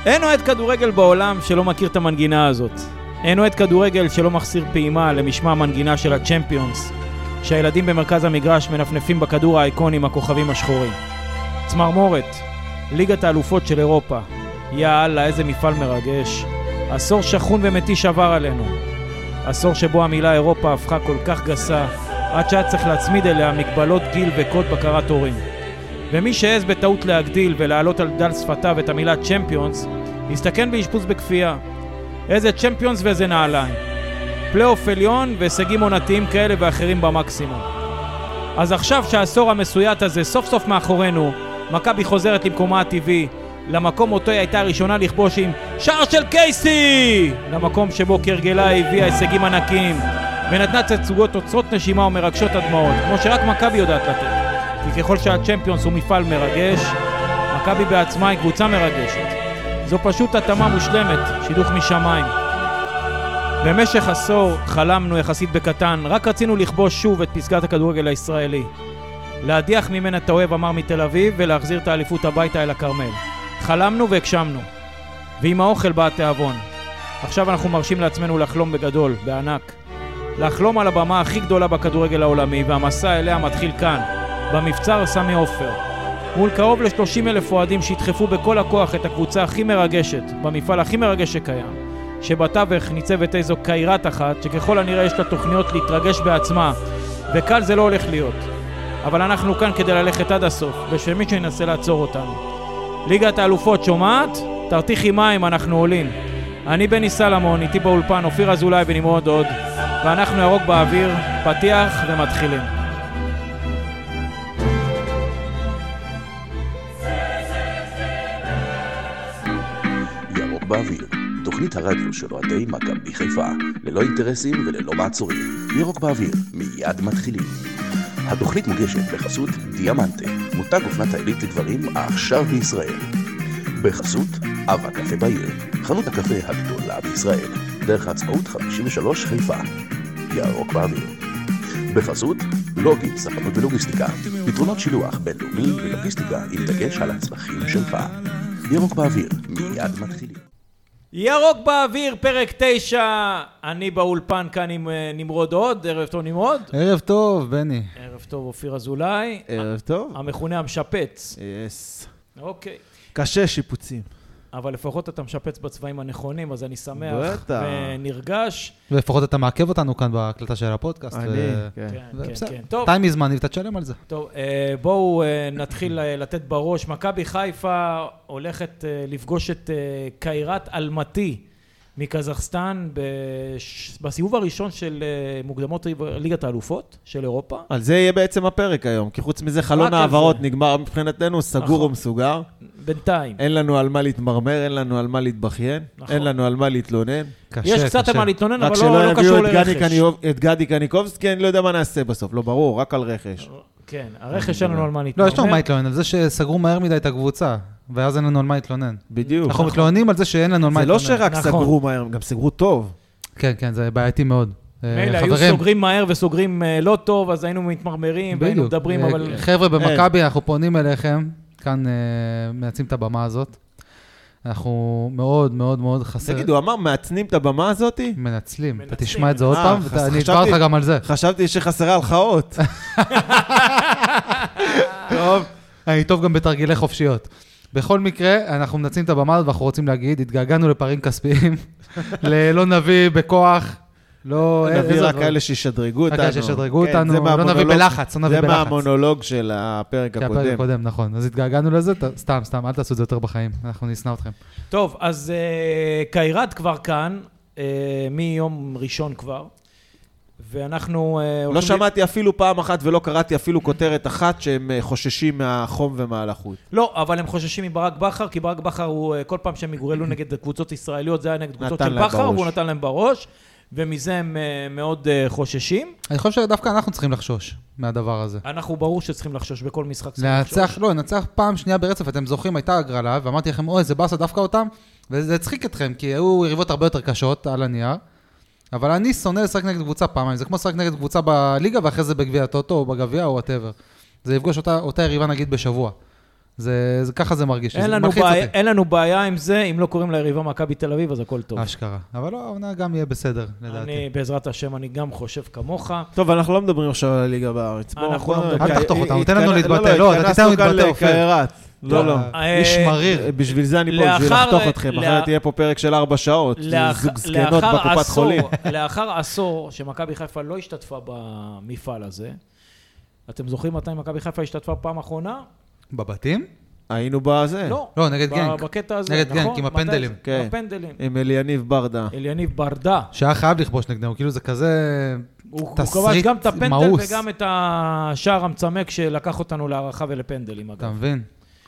אין אוהד כדורגל בעולם שלא מכיר את המנגינה הזאת. אין אוהד כדורגל שלא מחסיר פעימה למשמע המנגינה של הצ'מפיונס, שהילדים במרכז המגרש מנפנפים בכדור האיקוני עם הכוכבים השחורים. צמרמורת, ליגת האלופות של אירופה. יאללה, איזה מפעל מרגש. עשור שכון ומתיש עבר עלינו. עשור שבו המילה אירופה הפכה כל כך גסה, עד שהיה צריך להצמיד אליה מגבלות גיל וקוד בקרת הורים. ומי שעז בטעות להגדיל ולהעלות על דל שפתיו את המילה צ'מפיונס, יסתכן באשפוז בכפייה. איזה צ'מפיונס ואיזה נעליים. פלייאוף עליון והישגים עונתיים כאלה ואחרים במקסימום. אז עכשיו שהעשור המסויט הזה סוף סוף מאחורינו, מכבי חוזרת למקומה הטבעי, למקום אותו היא הייתה הראשונה לכבוש עם שער של קייסי! למקום שבו כרגלה הביאה הישגים ענקיים ונתנה תצוגות עוצרות נשימה ומרגשות הדמעות, כמו שרק מכבי יודעת לתת. כי ככל שהצ'מפיונס הוא מפעל מרגש, מכבי בעצמה היא קבוצה מרגשת. זו פשוט התאמה מושלמת, שידוך משמיים. במשך עשור חלמנו יחסית בקטן, רק רצינו לכבוש שוב את פסגת הכדורגל הישראלי. להדיח ממנה את האוהב אמר מתל אביב ולהחזיר את האליפות הביתה אל הכרמל. חלמנו והגשמנו. ועם האוכל בא התיאבון. עכשיו אנחנו מרשים לעצמנו לחלום בגדול, בענק. לחלום על הבמה הכי גדולה בכדורגל העולמי, והמסע אליה מתחיל כאן, במבצר סמי עופר. מול קרוב ל-30,000 אוהדים שהדחפו בכל הכוח את הקבוצה הכי מרגשת, במפעל הכי מרגש שקיים. שבתווך ניצבת איזו קיירת אחת, שככל הנראה יש לה תוכניות להתרגש בעצמה, וקל זה לא הולך להיות. אבל אנחנו כאן כדי ללכת עד הסוף, ושמי שינסה לעצור אותנו. ליגת האלופות שומעת? תרתיחי מים, אנחנו עולים. אני בני סלמון, איתי באולפן, אופיר אזולאי ונמרוד עוד, ואנחנו ירוק באוויר, פתיח ומתחילים. ירוק באוויר, תוכנית הרדיו של אוהדי מכבי חיפה, ללא אינטרסים וללא מעצורים. ירוק באוויר, מיד מתחילים. התוכנית מוגשת בחסות דיאמנטה, מותג אופנת העילית לגברים עכשיו בישראל. בחסות אבא קפה בעיר, חנות הקפה הגדולה בישראל, דרך העצמאות 53 חיפה. ירוק באוויר. בחסות לוגי, ספנות ולוגיסטיקה, פתרונות שילוח בינלאומי ולוגיסטיקה עם דגש על הצרכים שלך. ירוק באוויר, מיד מתחילים. ירוק באוויר, פרק 9, אני באולפן כאן עם נמרוד עוד. ערב טוב נמרוד. ערב טוב בני. ערב טוב אופיר אזולאי. ערב טוב. המכונה המשפץ. יס. אוקיי. קשה שיפוצים. אבל לפחות אתה משפץ בצבעים הנכונים, אז אני שמח ונרגש. ולפחות אתה מעכב אותנו כאן בהקלטה של הפודקאסט. כן, כן. טוב. טיים מזמן, ואתה תשלם על זה. טוב, בואו נתחיל לתת בראש. מכבי חיפה הולכת לפגוש את קיירת אלמטי מקזחסטן בסיבוב הראשון של מוקדמות ליגת האלופות של אירופה. על זה יהיה בעצם הפרק היום, כי חוץ מזה חלון העברות נגמר מבחינתנו סגור ומסוגר. בינתיים. אין לנו על מה להתמרמר, אין לנו על מה להתבכיין, אין לנו על מה להתלונן. יש קצת על מה להתלונן, אבל לא רק קשור שלא לרכש. יביאו את גדי קניקובסקי, אני לא יודע מה נעשה בסוף, לא ברור, רק על רכש. כן, הרכש אין לנו על מה להתלונן. לא, יש לנו מה להתלונן, על זה שסגרו מהר מדי את הקבוצה, ואז אין לנו על מה להתלונן. בדיוק. אנחנו מתלוננים על זה שאין לנו על מה להתלונן. להתלונן. זה לא שרק סגרו מהר, גם סגרו טוב. כן, כן, זה בעייתי מאוד. מילא, היו סוגרים מהר וסוגרים לא טוב, אז היינו מתמרמרים והיינו מדברים, אבל... חבר'ה במכבי, אנחנו פונים אליכם, כאן מייצאים את הבמה הזאת. אנחנו מאוד מאוד מאוד חסר... תגידו, אמר, מעצנים את הבמה הזאת? מנצלים. אתה תשמע את זה עוד פעם, ואני אתבר אותך גם על זה. חשבתי שחסרה על חאות. טוב. אני טוב גם בתרגילי חופשיות. בכל מקרה, אנחנו מנצלים את הבמה הזאת, ואנחנו רוצים להגיד, התגעגענו לפערים כספיים, לא נביא בכוח, לא... נביא רק כאלה שישדרגו אותנו. רק שישדרגו אותנו, לא נביא בלחץ, לא נביא בלחץ. זה מהמונולוג של הפרק הקודם. הפרק הקודם, נכון. אז התגעגענו לזה, סתם, אל תעשו את זה יותר בחיים, אנחנו נשנא אתכם. טוב, אז קיירת כבר כאן, מיום ראשון כבר, ואנחנו... לא שמעתי אפילו פעם אחת ולא קראתי אפילו כותרת אחת שהם חוששים מהחום ומהלחות. לא, אבל הם חוששים מברק בכר, כי ברק בכר הוא, כל פעם שהם יגורלו נגד קבוצות ישראליות, זה היה נגד קבוצות של בכר, והוא נתן להם בראש, ומזה הם מאוד חוששים. אני חושב שדווקא אנחנו צריכים לחשוש מהדבר הזה. אנחנו ברור שצריכים לחשוש בכל משחק. נצח פעם שנייה ברצף, אתם זוכרים, הייתה הגרלה, ואמרתי לכם, אוי, זה באסה דווקא אותם, וזה הצחיק אתכם, כי היו יריבות הרבה יותר קשות על הנייר. אבל אני שונא לשחק נגד קבוצה פעמיים, זה כמו לשחק נגד קבוצה בליגה, ואחרי זה בגביע הטוטו או בגביע או whatever. זה יפגוש אותה יריבה נגיד בשבוע. ככה זה מרגיש. אין לנו בעיה עם זה, אם לא קוראים ליריבה מכבי תל אביב, אז הכל טוב. אשכרה. אבל לא, העונה גם יהיה בסדר, לדעתי. בעזרת השם, אני גם חושב כמוך. טוב, אנחנו לא מדברים עכשיו על הליגה בארץ. אל תחתוך אותה, נותן לנו להתבטא. לא, אתה תיתן לנו להתבטא, אופיר. לא. איש מריר. בשביל זה אני פה, בשביל לחתוך אתכם. אחרת תהיה פה פרק של 4 שעות. זוג זקנות בקופת חולים. לאחר עשור שמכבי חיפה לא השתתפה במפעל הזה, אתם זוכרים מתי מכבי חיפה השתתפה פעם אחרונה? בבתים? היינו בזה. לא, נגד גנק. בקטע הזה, נגד גנק, עם הפנדלים. עם הפנדלים. עם אליניב ברדה. אליניב ברדה. שהיה חייב לכבוש נגדנו, כאילו זה כזה הוא כבש גם את הפנדל וגם את השער המצמק שלקח אותנו להערכה ולפנדלים. אתה מבין?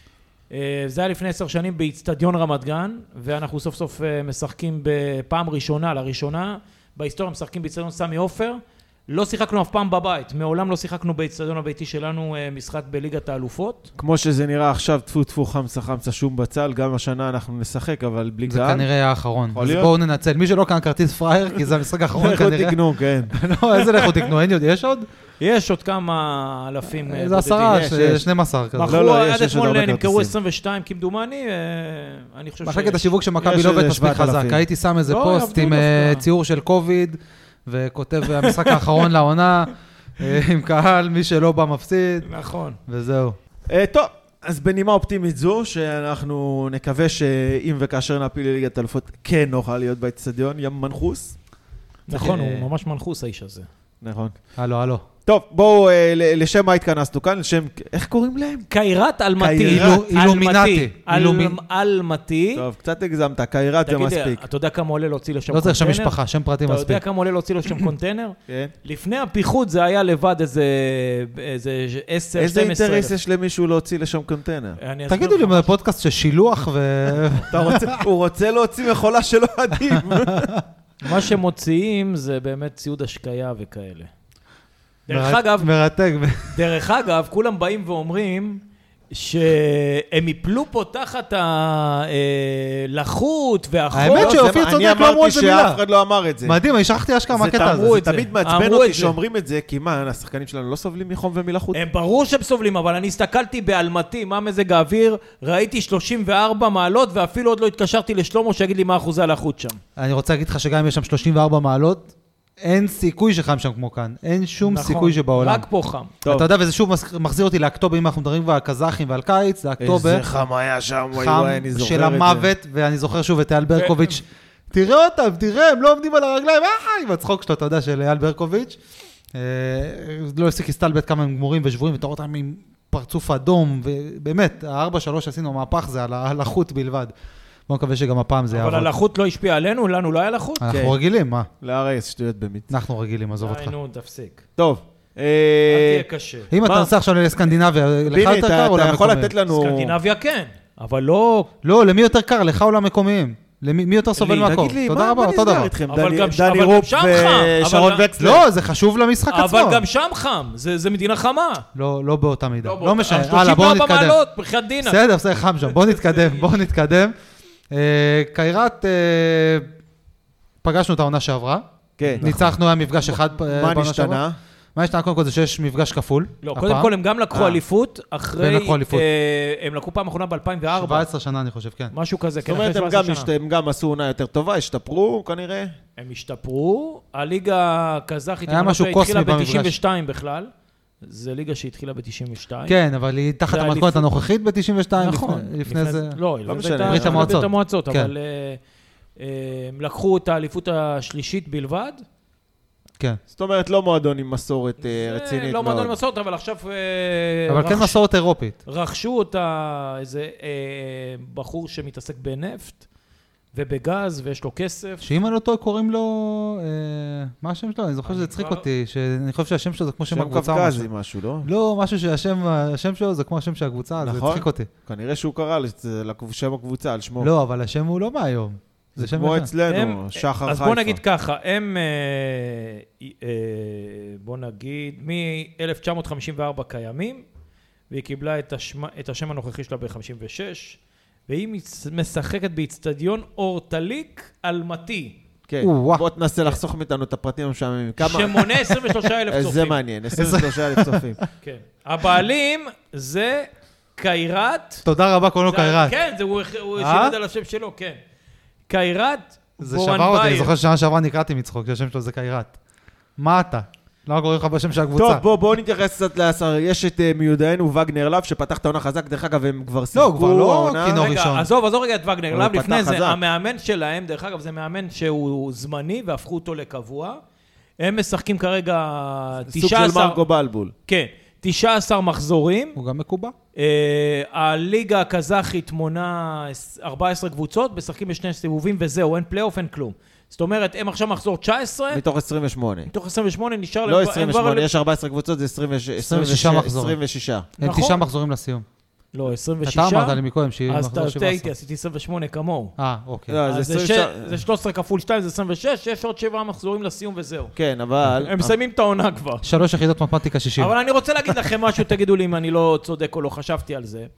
זה היה לפני 10 שנים באצטדיון רמת גן, ואנחנו סוף סוף משחקים בפעם ראשונה, לראשונה, בהיסטוריה משחקים באצטדיון סמי עופר, לא שיחקנו אף פעם בבית, מעולם לא שיחקנו באצטדיון הביתי שלנו משחק בליגת האלופות. כמו שזה נראה עכשיו, טפו חמסה שום בצל, גם השנה אנחנו נשחק, אבל בלי קהל. זה כנראה האחרון, אז בואו ננצל. מי שלא כאן כרטיס פרייר, כי זה המשחק האחרון כנראה. לכו תקנו, כן. לא, איזה לכו תקנו, יש עוד? יש עוד כמה אלפים. זה 10, 12 כזה. מכרו, עד אתמול נמכרו 22 כמדומני, אני חושב מחלקת השיווק של מכבי לא עובד מספיק חזק. הייתי שם איזה פוסט עם ציור של קוביד, וכותב המשחק האחרון לעונה, עם קהל, מי שלא בא מפסיד. נכון. וזהו. טוב, אז בנימה אופטימית זו, שאנחנו נקווה שאם וכאשר נעפיל לליגת האלופות, כן נוכל להיות באצטדיון, ים מנחוס. נכון, הוא ממש מנחוס האיש הזה. נכון. הלו. טוב, בואו, לשם מה התכנסנו כאן? לשם, איך קוראים להם? קיירת אלמתי. אילומינטי. אלמתי. טוב, קצת הגזמת, קיירת זה מספיק. תגיד, אתה יודע כמה עולה להוציא לשם קונטיינר? לא קונטיינר? צריך שם משפחה, שם פרטי מספיק. אתה יודע כמה עולה להוציא לשם קונטיינר? כן. לפני הפיחות זה היה לבד איזה 10, 12. איזה אינטרס יש למישהו להוציא לשם קונטיינר? תגידו לי, פודקאסט של שילוח הוא רוצה להוציא מחולה שלא עדים. מה שמוציאים זה באמת ציוד השקיה וכאלה. מרתק. דרך אגב, כולם באים ואומרים שהם יפלו פה תחת הלחות והחור. האמת שאופיר צודק, לא אמרו את זה מילה. אני אמרתי שאף אחד לא אמר את זה. מדהים, אני שכחתי אשכרה מהקטע הזה. זה תמיד מעצבן אותי שאומרים את זה, כי מה, השחקנים שלנו לא סובלים מחום ומלחות? הם ברור שהם סובלים, אבל אני הסתכלתי באלמתי, מה מזג האוויר, ראיתי 34 מעלות, ואפילו עוד לא התקשרתי לשלומו שיגיד לי מה אחוזי הלחות שם. אני רוצה להגיד לך שגם אם יש שם 34 מעלות, אין סיכוי שחם שם כמו כאן. אין שום סיכוי שבעולם. רק פה חם. אתה יודע, וזה שוב מחזיר אותי לאקטובר, אם אנחנו מדברים על קזחים ועל קיץ, זה אקטובר. איזה חם היה שם, חם של המוות, ואני זוכר שוב את אייל ברקוביץ'. תראה אותם, תראה, הם לא עומדים על הרגליים, עם הצחוק שלו, אתה יודע, של אייל ברקוביץ'. לא הפסיק להסתלבט כמה הם גמורים ושבורים, ותראה אותם עם פרצוף אדום, ובאמת, ה-4-3 עשינו מהפך זה על החוט בלבד. בוא נקווה שגם הפעם זה יעבוד. אבל הלחות לא השפיע עלינו, לנו לא היה לחות. אנחנו רגילים, מה? להרס, שטויות במית. אנחנו רגילים, עזוב אותך. נו, תפסיק. טוב. אל תהיה קשה. אם אתה נוסע עכשיו לסקנדינביה, לך יותר קר או אתה יכול למקומיים? לתת לנו... סקנדינביה כן, אבל לא... לא, למי יותר קר? לך או למקומיים? מי יותר סובל מהקור? תגיד לי, תודה רבה, אותו דבר. אבל גם שם ושרון וקסלר. לא, זה חשוב למשחק עצמו. אבל גם שם חם, זה מדינה חמה. לא באותה מידה. לא משנה, הלאה, בואו 34 נתקדם. מעלות, בחיית דינה. בסדר, חם שם, בואו נתקדם. קיירת, פגשנו את העונה שעברה. כן. ניצחנו, היה מפגש אחד. מה נשתנה? מה נשתנה? קודם כל זה שיש מפגש כפול. לא, קודם כל הם גם לקחו אליפות, אחרי... הם לקחו פעם אחרונה ב-2004. 17 שנה אני חושב, כן. משהו כזה, זאת אומרת, הם גם עשו עונה יותר טובה, השתפרו כנראה. הם השתפרו, הליגה הקזחית התחילה ב-92 בכלל. זה ליגה שהתחילה ב-92. כן, אבל היא תחת המתכונת הנוכחית ב-92. נכון. לפני זה... לא, ברית המועצות. אבל הם לקחו את האליפות השלישית בלבד. כן. זאת אומרת, לא מועדון עם מסורת רצינית מאוד. לא מועדון עם מסורת, אבל עכשיו... אבל כן מסורת אירופית. רכשו אותה איזה בחור שמתעסק בנפט ובגז, ויש לו כסף. שאם אני לא טועה, קוראים לו... מה השם שלו? אני זוכר שזה הצחיק אותי, שאני חושב שהשם שלו זה כמו שם הקבוצה. שם קווקזי משהו, לא? לא, משהו שהשם שלו זה כמו השם של הקבוצה, זה הצחיק אותי. כנראה שהוא קרא לשם הקבוצה על שמו. לא, אבל השם הוא לא מהיום. זה כמו אצלנו, שחר חיפה. אז בוא נגיד ככה, הם, בוא נגיד, מ-1954 קיימים, והיא קיבלה את השם הנוכחי שלה ב-56, והיא משחקת באצטדיון אורטליק אלמתי. כן, בוא תנסה לחסוך מאיתנו את הפרטים המשעממים. שמונה 23,000 צופים. זה מעניין, 23,000 צופים. כן. הבעלים זה קיירת. תודה רבה, קוראים לו קיירת. כן, הוא שירד על השם שלו, כן. קיירת זה שבר אותי, אני זוכר ששנה שעברה נקראתי מצחוק, שהשם שלו זה קיירת. מה אתה? למה קוראים לך בשם של הקבוצה? טוב, בואו נתייחס קצת לעשר. יש את מיודענו וגנר לב, שפתח את העונה חזק, דרך אגב, הם כבר שיחקו. לא, הוא כבר לא כינור ראשון. עזוב רגע את וגנר לב, לפני זה, המאמן שלהם, דרך אגב, זה מאמן שהוא זמני, והפכו אותו לקבוע. הם משחקים כרגע 19... סוג של מרקו בלבול. כן, 19 מחזורים. הוא גם מקובע. הליגה הקזחית מונה 14 קבוצות, משחקים בשני סיבובים, וזהו, אין פלייאוף, אין כלום. זאת אומרת, הם עכשיו מחזור 19. מתוך 28. מתוך 28 נשאר... לא 28, יש 14 קבוצות, זה 26 מחזורים. 26. הם 9 מחזורים לסיום. לא, 26. אתה אמרת לי מקודם שהיא אז מחזור 17. טעיתי, עשיתי 28 כמוהו. אוקיי. אז זה 13 כפול 2, זה 26, יש עוד 7 מחזורים לסיום וזהו. כן, אבל... הם מסיימים את העונה כבר. 3 יחידות מתמטיקה 60. אבל אני רוצה להגיד לכם משהו, תגידו לי אם אני לא צודק או לא, חשבתי על זה.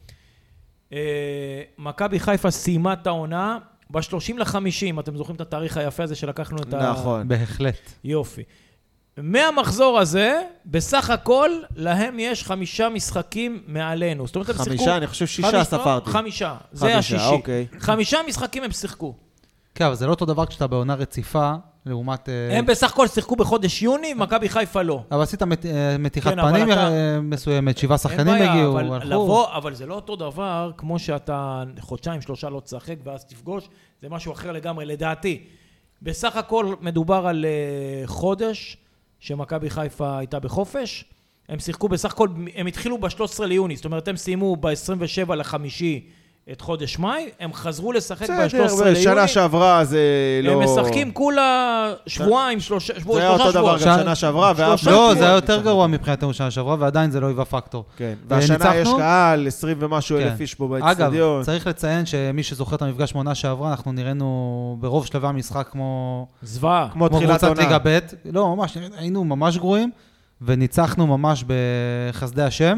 מכבי חיפה סיימה את העונה ב-30/50, אתם זוכרים את התאריך היפה הזה שלקחנו את ה... נכון. בהחלט. יופי. מהמחזור הזה, בסך הכל, להם יש 5 משחקים מעלינו. זאת אומרת, הם שיחקו... 5, אני חושב 6 ספרתי. 5, זה השישי. אוקיי. 5 משחקים הם שיחקו. כן, אבל זה לא אותו דבר כשאתה בעונה רציפה, לעומת... הם בסך הכל שיחקו בחודש יוני, מכבי חיפה לא. אבל עשית מתיחת פנים מסוימת, 7 שחקנים הגיעו, הלכו. אבל זה לא אותו דבר, כמו שאתה חודשיים, 3 לא תשחק, ואז תפגוש, זה משהו אחר לגמרי, לדעתי. בסך הכל מדובר על חודש, שמכבי חיפה הייתה בחופש, הם שיחקו בסך הכל, הם התחילו ב-13 ליוני, זאת אומרת, הם סיימו ב-27/5 את חודש מאי, הם חזרו לשחק ב-13 ליוני. שנה שעברה זה לא... הם משחקים כולה שבועיים, 3 שבועות. זה היה אותו דבר גם שנה שעברה. לא, זה היה יותר גרוע מבחינתנו שנה שעברה, ועדיין זה לא היווה פקטור. כן, והשנה יש קהל, 20 ומשהו אלף איש פה באצטדיון. אגב, צריך לציין שמי שזוכר את המפגש מעונה שעברה, אנחנו נראינו ברוב שלבי המשחק כמו... זוועה. כמו תחילת קבוצת ליגה ב'. לא, ממש, היינו ממש גרועים, וניצחנו ממש בחסדי השם.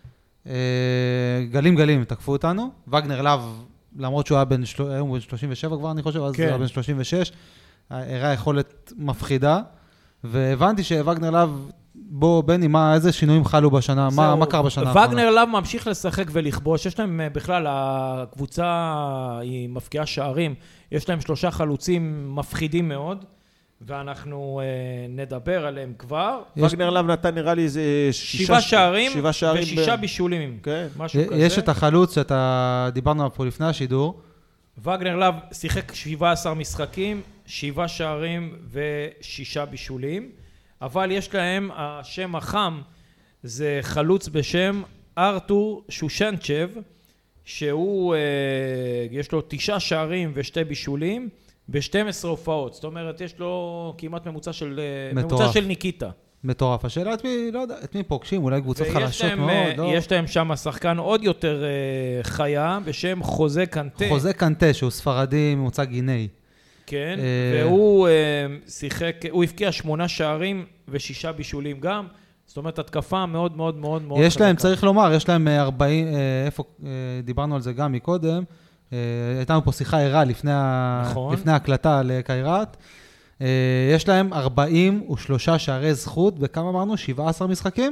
גלים תקפו אותנו. וגנר לב, למרות שהוא היה בן 37 כבר, אני חושב, אז הוא היה בן 36, הראה יכולת מפחידה, והבנתי שווגנר לב, בוא בני, איזה שינויים חלו בשנה, מה קרה בשנה האחרונה? וגנר לב ממשיך לשחק ולכבוש, יש להם בכלל, הקבוצה היא מפקיעה שערים, יש להם 3 חלוצים מפחידים מאוד, ואנחנו נדבר עליהם כבר. וגנר לב נתן נראה לי איזה 7 שערים ו6 בישולים. משהו כזה. יש את החלוץ שאתה דיברנו פה לפני השידור. וגנר לב שיחק 17 משחקים, 7 שערים ו6 בישולים. אבל יש להם, השם החם זה חלוץ בשם ארתור שושנצ'ב, שהוא, יש לו 9 שערים ו2 בישולים, ב-12 הופעות. זאת אומרת, יש לו כמעט ממוצע של ניקיטה. מטורף. השאלה את מי פוגשים, אולי קבוצות חלשות מאוד. יש להם שם שחקן עוד יותר חיה, בשם חוזה קנטה. חוזה קנטה, שהוא ספרדי ממוצא גיני. כן, והוא שיחק, הוא הפקיע 8 שערים ו6 בישולים גם. זאת אומרת, התקפה מאוד מאוד מאוד מאוד יש להם, צריך לומר, יש להם 40, איפה, דיברנו על זה גם מקודם, הייתה לנו פה שיחה ערה לפני ההקלטה לקיירת, יש להם 43 שערי זכות, וכמה אמרנו? 17 משחקים?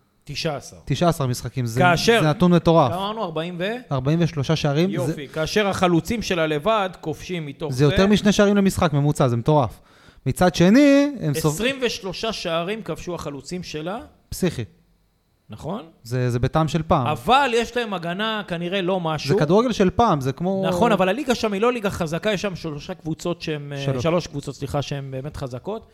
19 משחקים, זה נתון מטורף. אמרנו 43 שערים. יופי, כאשר החלוצים שלה לבד כובשים מתוך זה יותר מ2 שערים למשחק ממוצע, זה מטורף. מצד שני, 23 שערים כבשו החלוצים שלה. פסיכי. נכון? זה בטעם של פעם. אבל יש להם הגנה כנראה לא משהו. זה כדורגל של פעם, זה כמו... נכון, אבל הליגה שם היא לא ליגה חזקה, יש שם 3 קבוצות שהן... 3 קבוצות, סליחה, שהן באמת חזקות,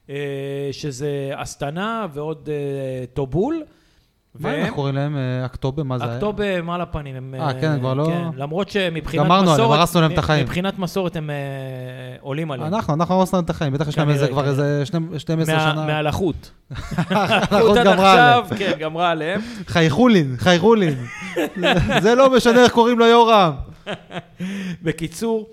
שזה אסטנה ועוד טובול. מה הם קוראים להם? אקטובה, מה זה היה? אקטובה מעל הפנים. כן, הם כבר לא... למרות שמבחינת גמרנו עליהם, הרסנו להם את החיים. מבחינת מסורת הם עולים עליהם. אנחנו הרסנו להם את החיים, בטח יש להם איזה כבר איזה 12 שנה. מהלחות. הלחות גמרה עליהם. כן, גמרה עליהם. חייכולין. זה לא משנה איך קוראים לו יורם. בקיצור,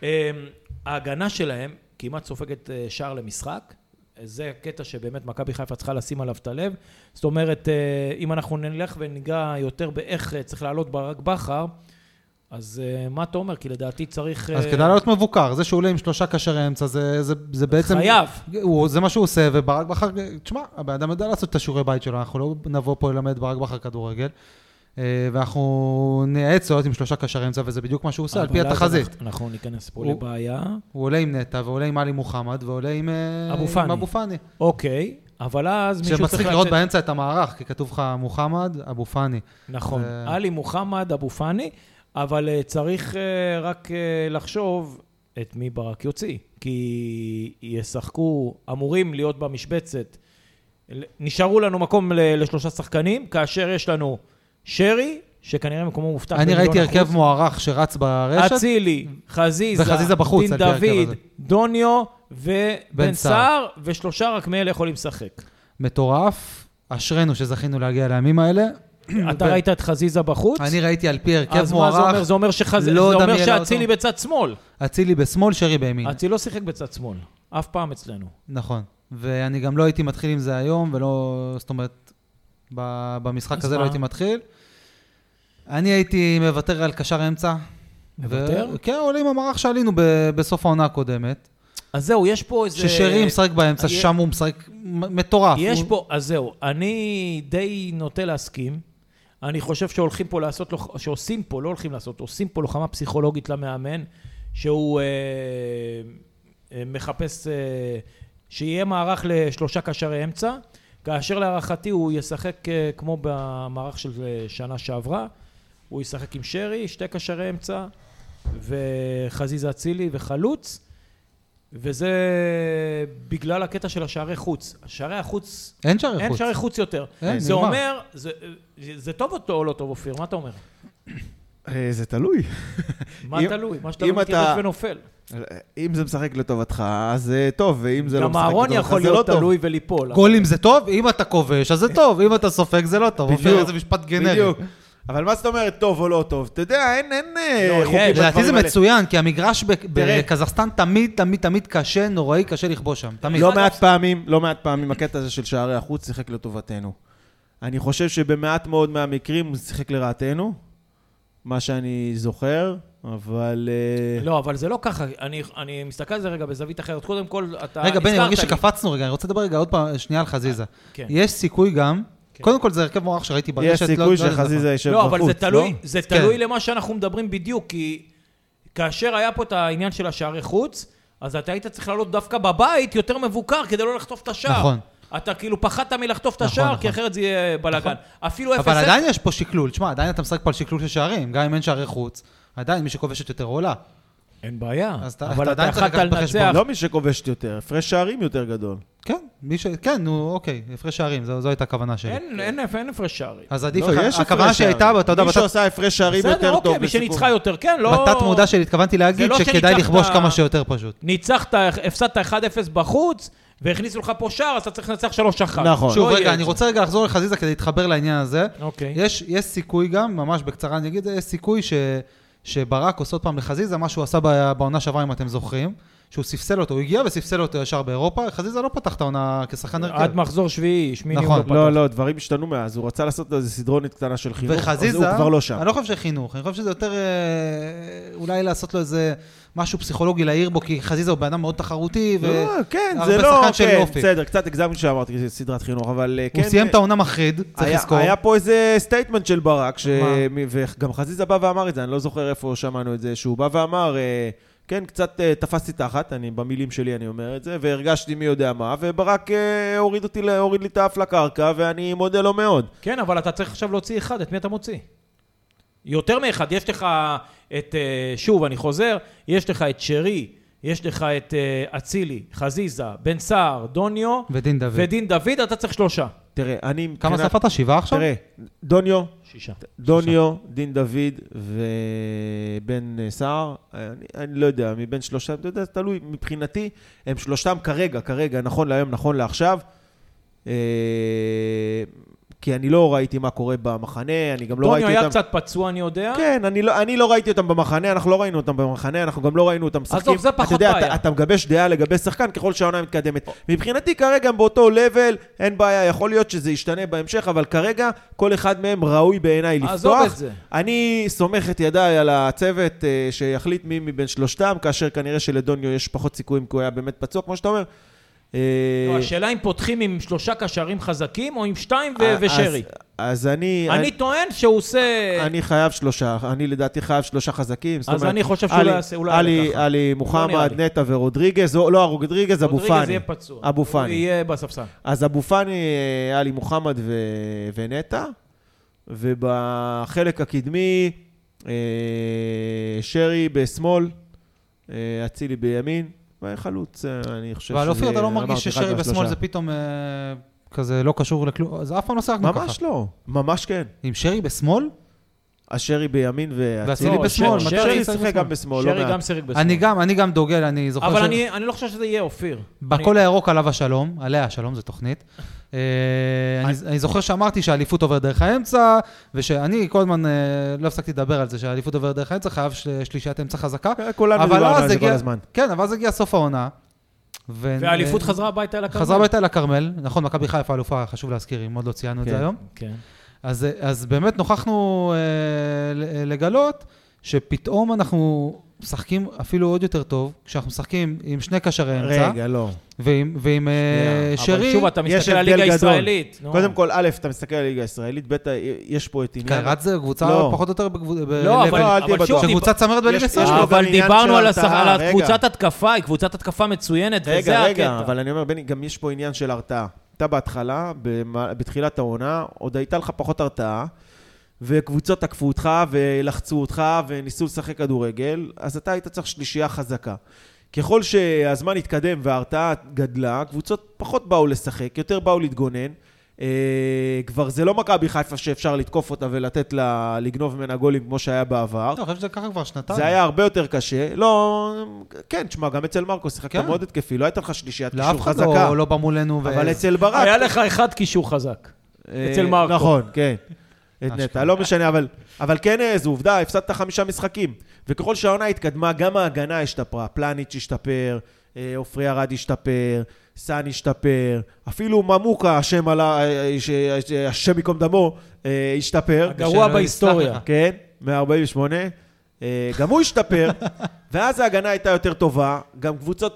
ההגנה שלהם כמעט סופגת שער למשחק. זה הקטע שבאמת מכבי חיפה צריכה לשים עליו את הלב. זאת אומרת, אם אנחנו נלך וניגע יותר באיך צריך לעלות ברק בכר, אז מה אתה אומר? כי לדעתי צריך... אז כדאי לעלות מבוקר. זה שהוא עולה עם 3 קשרי אמצע, זה בעצם... חייב. זה מה שהוא עושה, וברק בכר... תשמע, הבן אדם יודע לעשות את השיעורי בית שלו, אנחנו לא נבוא פה ללמד ברק בכר כדורגל. ואנחנו נייעץ לעלות עם 3 קשרי אמצע, וזה בדיוק מה שהוא עושה, על פי התחזית. אנחנו ניכנס פה לבעיה. הוא עולה עם נטע, ועולה עם עלי מוחמד, ועולה עם אבו פאני. אוקיי, אבל אז מישהו צריך... שמצחיק לראות באמצע את המערך, כי כתוב לך מוחמד, אבו פאני. נכון, עלי מוחמד, אבו פאני, אבל צריך רק לחשוב את מי ברק יוציא, כי ישחקו, אמורים להיות במשבצת, נשארו לנו מקום ל3 שחקנים, כאשר יש לנו שרי, שכנראה מקומו מובטח. אני ראיתי הרכב מוערך שרץ ברשת. אצילי, חזיזה, בחוץ, דין דוד, דוניו ובן סער, ו3 רק מאלה יכולים לשחק. מטורף, אשרנו שזכינו להגיע לימים האלה. אתה ראית את חזיזה בחוץ? אני ראיתי על פי הרכב מוערך. אז מה זה אומר? זה אומר שאצילי בצד שמאל. אצילי בשמאל, שרי בימין. אצילי לא שיחק בצד שמאל, אף פעם אצלנו. נכון, ואני גם לא הייתי מתחיל עם זה היום, ולא, זאת אומרת, במשחק הזה לא הייתי מתחיל. אני הייתי מוותר על קשר אמצע. מוותר? כן, עולה עם המערך שעלינו בסוף העונה הקודמת. אז זהו, יש פה איזה... ששרי משחק באמצע, שם הוא משחק מטורף. יש פה, אז זהו, אני די נוטה להסכים. אני חושב שהולכים פה לעשות, שעושים פה, לא הולכים לעשות, עושים פה לוחמה פסיכולוגית למאמן, שהוא מחפש שיהיה מערך ל3 קשרי אמצע, כאשר להערכתי הוא ישחק כמו במערך של שנה שעברה, הוא ישחק עם שרי, 2 קשרי אמצע, וחזיזה אצילי וחלוץ, וזה בגלל הקטע של השערי חוץ. השערי החוץ... אין שערי חוץ. אין שערי חוץ יותר. זה אומר, זה טוב או לא טוב, אופיר? מה אתה אומר? זה תלוי. מה תלוי? מה שאתה לא מתייבש ונופל. אם זה משחק לטובתך, אז זה טוב, ואם זה לא משחק לטובתך, זה לא טוב. גם הארון יכול להיות תלוי וליפול. גולים זה טוב, אם אתה כובש, אז זה טוב, אם אתה סופג, זה לא טוב. אופיר, זה משפט גנרי. בדיוק. אבל מה זאת אומרת, טוב או לא טוב? אתה יודע, אין לדעתי זה מצוין, כי המגרש בקזחסטן תמיד קשה, נוראי, קשה לכבוש שם. לא מעט פעמים הקטע הזה של שערי החוץ שיחק לטובתנו. אני חושב שבמעט מאוד מהמקרים הוא שיחק לרעתנו, מה שאני זוכר, אבל... לא, אבל זה לא ככה. אני מסתכל על זה רגע בזווית אחרת. קודם כל, אתה... רגע, בני, מרגיש שקפצנו רגע. אני רוצה לדבר רגע עוד פעם, שנייה על חזיזה. יש סיכוי גם... קודם כל זה הרכב מוערך שראיתי ברשת. יש סיכוי שחזיזה יישב בחוץ. לא, אבל זה תלוי למה שאנחנו מדברים בדיוק, כי כאשר היה פה את העניין של השערי חוץ, אז אתה היית צריך לעלות דווקא בבית יותר מבוקר כדי לא לחטוף את השער. נכון. אתה כאילו פחדת מלחטוף את השער, כי אחרת זה יהיה בלגן. אפילו 0-0. אבל עדיין יש פה שקלול. תשמע, עדיין אתה משחק פה על שקלול של שערים. גם אם אין שערי חוץ, עדיין מי שכובשת יותר עולה. אין בעיה. אבל אתה יכולת לנצח. לא מי שכובשת יותר, הפרש שערים יותר גדול. כן, נו, אוקיי, הפרש שערים, זו הייתה הכוונה שלי. אין הפרש שערים. אז עדיף, הכוונה שהייתה, אתה יודע, מי שעושה הפרש שערים יותר טוב. מי שניצחה יותר, כן, לא... בתת מודע שלי התכוונתי להגיד שכדאי לכבוש כמה שיותר פשוט. ניצחת, הפסדת 1-0 בחוץ, והכניסו לך פה שער, אז אתה צריך לנצח 3-1. נכון. שוב, רגע, אני רוצה רגע לחזור לחזיזה כדי להתחבר לעניין הזה. אוקיי. יש סיכוי גם, ממש בקצרה אני אגיד, יש סיכוי שברק עושה עוד פעם לחזיזה, מה שהוא עשה בעונה שעברה, אם אתם זוכרים, שהוא ספסל אותו, הוא הגיע וספסל אותו ישר באירופה, חזיזה לא פתח את העונה כשחקן הרכב. עד מחזור שביעי, שמיני הוא נכון. לא פתח. לא, דברים השתנו מאז, הוא רצה לעשות איזו סדרונית קטנה של חינוך, וחזיזה, אז הוא כבר לא שם. אני לא חושב שחינוך, אני חושב שזה יותר, אולי לעשות לו איזה משהו פסיכולוגי להעיר בו, כי חזיזה הוא באדם מאוד תחרותי, כן, זה לא, כן, בסדר, קצת הגזמתי שאמרתי סדרת חינוך, אבל כן. הוא סיים את העונה מחריד, צריך לזכור. היה פה איזה סטייטמנט של ברק, וגם חזיזה בא ואמר את זה, אני לא זוכר איפה שמענו את זה, שהוא בא ואמר, כן, קצת תפסתי תחת, במילים שלי אני אומר את זה, והרגשתי מי יודע מה, וברק הוריד לי את האף לקרקע, ואני מודה לו מאוד. כן, אבל אתה צריך עכשיו להוציא אחד, את מי אתה מוציא? יותר מאחד, יש לך את, שוב, אני חוזר, יש לך את שרי, יש לך את אצילי, חזיזה, בן סער, דוניו, ודין דוד, אתה צריך 3. תראה, כמה ספרת? 7 עכשיו? תראה, דוניו, 6. דוניו, דין דוד ובן סער, אני לא יודע, מבין 3, אתה יודע, תלוי, מבחינתי, הם 3 כרגע, נכון להיום, נכון לעכשיו, כי אני לא ראיתי מה קורה במחנה, אני גם לא ראיתי אותם... דוניו היה קצת פצוע, אני יודע. כן, אני לא ראיתי אותם במחנה, אנחנו לא ראינו אותם במחנה, אנחנו גם לא ראינו אותם משחקים. אז זה פחות בעיה. אתה מגבש דעה לגבי שחקן ככל שהעונה מתקדמת. מבחינתי כרגע הם באותו לבל, אין בעיה, יכול להיות שזה ישתנה בהמשך, אבל כרגע כל אחד מהם ראוי בעיניי לפתוח. אני סומך את ידיי על הצוות שיחליט מי מבין 3, כאשר כנראה שלדוניו יש פחות סיכויים, כי הוא היה באמת פצוע, כמו שאתה אומר. השאלה אם פותחים עם 3 קשרים חזקים, או עם 2 ושרי. אז אני טוען שהוא עושה... אני חייב 3, אני לדעתי חייב 3 חזקים. אז אני חושב שהוא לא יעשה, אולי ככה. עלי, מוחמד, נטע ורודריגז, לא רודריגז, אבו פאני. רודריגז יהיה פצוע. אבו פאני. הוא יהיה בספסל. אז אבו פאני, עלי, מוחמד ונטע, ובחלק הקדמי, שרי בשמאל, אצילי בימין, וחלוץ, אני חושב שזה... אבל אופיר, אתה לא מרגיש ששרי בשמאל זה פתאום כזה לא קשור לכלום, זה אף פעם לא שחקנו ככה. ממש לא, ממש כן. עם שרי בשמאל? השרי בימין ואצילי בשמאל. שרי שיחק גם בשמאל. שרי גם שיחק בשמאל. אני גם דוגל, אני זוכר אבל אני לא חושב שזה יהיה אופיר. בכל הירוק עליו השלום, עליה השלום, זו תוכנית. אני זוכר שאמרתי שהאליפות עובר דרך האמצע, ושאני כל הזמן לא הפסקתי לדבר על זה, שהאליפות עובר דרך האמצע, חייב שלישיית אמצע חזקה. כולנו דיברנו על זה כל הזמן. כן, אבל אז הגיע סוף העונה. והאליפות חזרה הביתה אל הכרמל. חזרה הביתה אל הכרמל, נכון, מכבי חיפה אלופה, חשוב להזכיר, אם עוד לא ציינו את זה היום. כן. אז באמת נוכחנו לגלות שפתאום אנחנו משחקים אפילו עוד יותר טוב, כשאנחנו משחקים עם 2 קשרי אמצע. רגע, לא. ועם שרי... אבל שוב, אתה מסתכל על ליגה הישראלית. קודם כל, א', אתה מסתכל על ליגה הישראלית, ב', יש פה את עניין... קיירת זה קבוצה פחות או יותר... לא, אבל שוב... שקבוצה צמרת בליגה הישראלית. אבל דיברנו על קבוצת התקפה, היא קבוצת התקפה מצוינת, וזה הקטע. רגע, אבל אני אומר, בני, גם יש פה עניין של הרתעה. אתה בהתחלה, בתחילת העונה, עוד הייתה לך פחות הרתעה, וקבוצות תקפו אותך ולחצו אותך וניסו לשחק כדורגל, אז אתה היית צריך שלישייה חזקה. ככל שהזמן התקדם וההרתעה גדלה, קבוצות פחות באו לשחק, יותר באו להתגונן. כבר זה לא מכבי חיפה שאפשר לתקוף אותה ולתת לה לגנוב ממנה גולים כמו שהיה בעבר. אני חושב שזה ככה כבר שנתיים. זה היה הרבה יותר קשה. לא, כן, תשמע, גם אצל מרקו שיחקת מאוד התקפי, לא הייתה לך שלישיית קישור חזקה. לאף אחד לא במולנו. אבל אצל ברק... היה לך אחד קישור חזק. אצל מרקו. נכון, כן. את נטע, לא משנה, אבל כן, זו עובדה, הפסדת 5 משחקים. וככל שהעונה התקדמה, גם ההגנה השתפרה. פלניץ' השתפר, אופרי ארד השתפר, סן השתפר, אפילו ממוקה, השם מקום דמו, השתפר. הגרוע בהיסטוריה. כן, 148. גם הוא השתפר, ואז ההגנה הייתה יותר טובה, גם קבוצות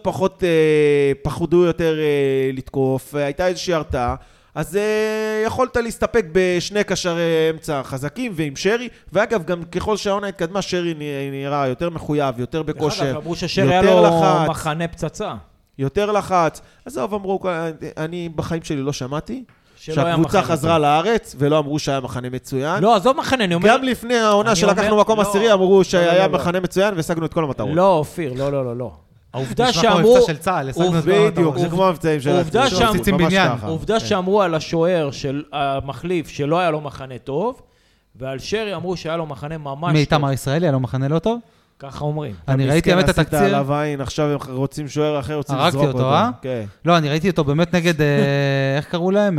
פחדו יותר לתקוף, הייתה איזושהי הרתעה, אז יכולת להסתפק ב2 קשרי אמצע חזקים ועם שרי, ואגב, גם ככל שהעונה התקדמה, שרי נראה יותר מחויב, יותר בכושר, יותר לחץ. אמרו ששרי היה לו מחנה פצצה. יותר לחץ. אז אמרו, אני בחיים שלי לא שמעתי, שהקבוצה חזרה לארץ, ולא אמרו שהיה מחנה מצוין. לא, עזוב מחנה, אני אומר... גם לפני העונה שלקחנו מקום 10, אמרו שהיה מחנה מצוין, והשגנו את כל המטרות. לא, אופיר, לא. העובדה שאמרו... בדיוק, זה כמו המבצעים של... העובדה שאמרו על השוער של המחליף שלא היה לו מחנה טוב, ועל שרי אמרו שהיה לו מחנה ממש טוב. מאיתמר ישראלי היה לו מחנה לא טוב? ככה אומרים. אני ראיתי באמת את התקציר. עשית עליו עין, עכשיו הם רוצים שוער אחר, רוצים לזרוק אותו. הרגתי אותו, לא, אני ראיתי אותו באמת נגד, איך קראו להם?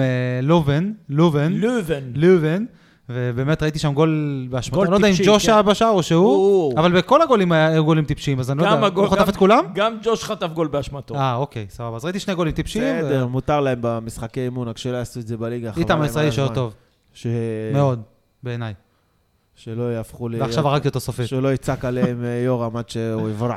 לובן. ובאמת ראיתי שם גול באשמתו. אני לא יודע אם ג'וש היה בשער או שהוא, אבל בכל הגולים היו גולים טיפשיים, אז אני לא יודע, הוא חטף את כולם? גם ג'וש חטף גול באשמתו. אוקיי, סבבה. אז ראיתי 2 גולים טיפשיים. בסדר, מותר להם במשחקי אימון, כשלא יעשו את זה בליגה. איתמר ישראלי שוער טוב. מאוד, בעיניי. שלא יהפכו לי... ועכשיו הרגתי אותו סופית. שלא יצק עליהם יורם עד שהוא יברח.